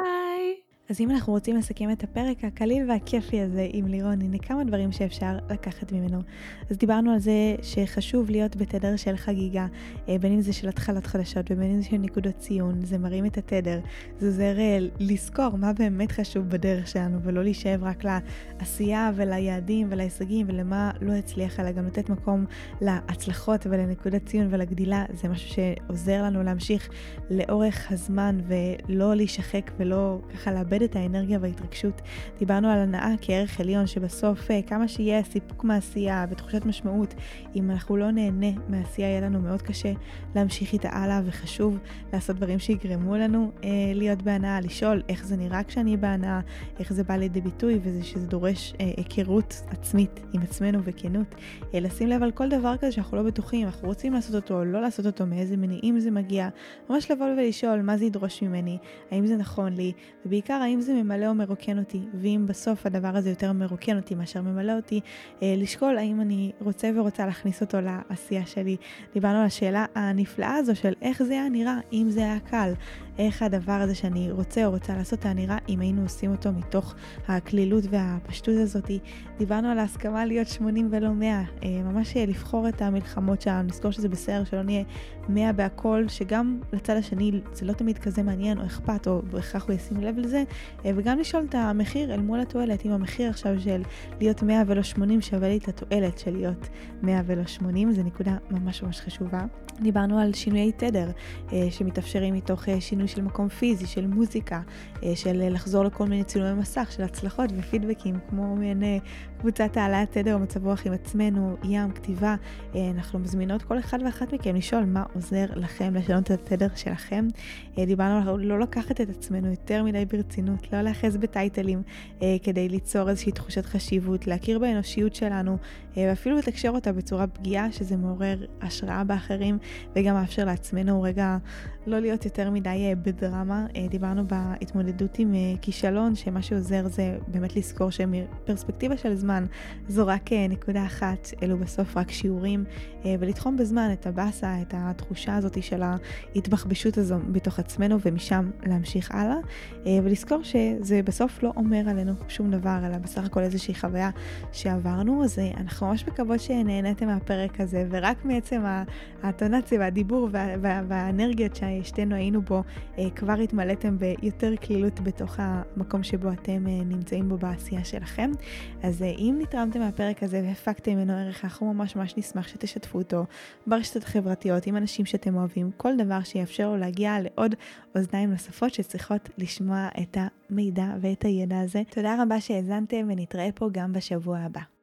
Speaker 1: אז אם אנחנו רוצים לסכם את הפרק הקליל והכיפי הזה עם לירון, הנה כמה דברים שאפשר לקחת ממנו. אז דיברנו על זה שחשוב להיות בתדר של חגיגה, בין אם זה של התחלות חדשות ובין אם זה של נקודות ציון, זה מרים את התדר, זה עוזר לזכור מה באמת חשוב בדרך שלנו, ולא להישאב רק לעשייה וליעדים ולהישגים ולמה לא הצליח, אלא גם לתת מקום להצלחות ולנקודות ציון ולגדילה, זה משהו שעוזר לנו להמשיך לאורך הזמן ולא להישחק ולא ככה לאבד את האנרגיה וההתרגשות. דיברנו על הנאה כערך עליון, שבסוף כמה שיהיה סיפוק מעשייה ותחושת משמעות, אם אנחנו לא נהנה מעשייה, יהיה לנו מאוד קשה להמשיך איתה הלאה, וחשוב לעשות דברים שיגרמו לנו להיות בהנאה, לשאול איך זה נראה כשאני בהנאה, איך זה בא לידי ביטוי, וזה שזה דורש היכרות עצמית עם עצמנו וכנות. לשים לב על כל דבר כזה שאנחנו לא בטוחים, אנחנו רוצים לעשות אותו או לא לעשות אותו, מאיזה מניעים זה מגיע, ממש לבוא ולשאול מה זה ידרוש ממני, האם זה נכון לי, ובעיקר האם זה ממלא או מרוקן אותי, ואם בסוף הדבר הזה יותר מרוקן אותי מאשר ממלא אותי, לשקול האם אני רוצה ורוצה להכניס אותו לעשייה שלי. דיברנו על השאלה הנפלאה הזו של איך זה היה נראה, אם זה היה קל, איך הדבר הזה שאני רוצה או רוצה לעשות היה נראה, אם היינו עושים אותו מתוך הכלילות והפשטות הזאת. דיברנו על ההסכמה להיות 80 ולא 100, ממש לבחור את המלחמות שלנו, לזכור שזה בסדר, שלא נהיה 100 בהכל, שגם לצד השני זה לא תמיד כזה מעניין או אכפת, או בהכרח הוא ישים לב לזה, וגם לשאול את המחיר אל מול התועלת, אם המחיר עכשיו של להיות 100 ולא 80 שווה לי את התועלת של להיות 100 ולא 80, זה נקודה ממש ממש חשובה. דיברנו על שינויי תדר שמתאפשרים מתוך שינוי של מקום פיזי, של מוזיקה, של לחזור לכל מיני צילומי מסך, של הצלחות ופידבקים, כמו מעין קבוצת העלאת תדר או מצב רוח עם עצמנו, ים, כתיבה. אנחנו מזמינות כל אחד ואחת מכם לשאול מה עוזר לכם לשנות את התדר שלכם. דיברנו על לא לקחת את עצמנו יותר מדי ברצינות, לא להחז בטייטלים כדי ליצור איזושהי תחושת חשיבות, להכיר באנושיות שלנו, ואפילו לתקשר אותה בצורה פגיעה, שזה מעורר השראה באחרים, וגם מאפשר לעצמנו רגע לא להיות יותר מדי בדרמה. דיברנו בהתמודדות עם כישלון, שמה שעוזר זה באמת לזכור שמפרספקטיבה של זמן, זו רק נקודה אחת, אלו בסוף רק שיעורים, ולתחום בזמן את הבאסה, את התחושה הזאת של ההתבחבשות הזו בתוך עצמנו, ומשם להמשיך הלאה, ולזכור שזה בסוף לא אומר עלינו שום דבר, אלא בסך הכל איזושהי חוויה שעברנו. אז אנחנו ממש מקוות שנהנתם מהפרק הזה, ורק מעצם הטונציה והדיבור והאנרגיות ששתינו היינו בו, כבר התמלאתם ביותר כלילות בתוך המקום שבו אתם נמצאים בו בעשייה שלכם. אז אם נתרמתם מהפרק הזה והפקתם ממנו ערך, אנחנו ממש נשמח שתשתפו אותו ברשתות החברתיות עם אנשים שאתם אוהבים, כל דבר שיאפשר לו להגיע לעוד אוזניים נוספות שצריכות לשמוע את המידע ואת הידע הזה. תודה רבה שהאזנתם, ונתראה פה גם בשבוע הבא.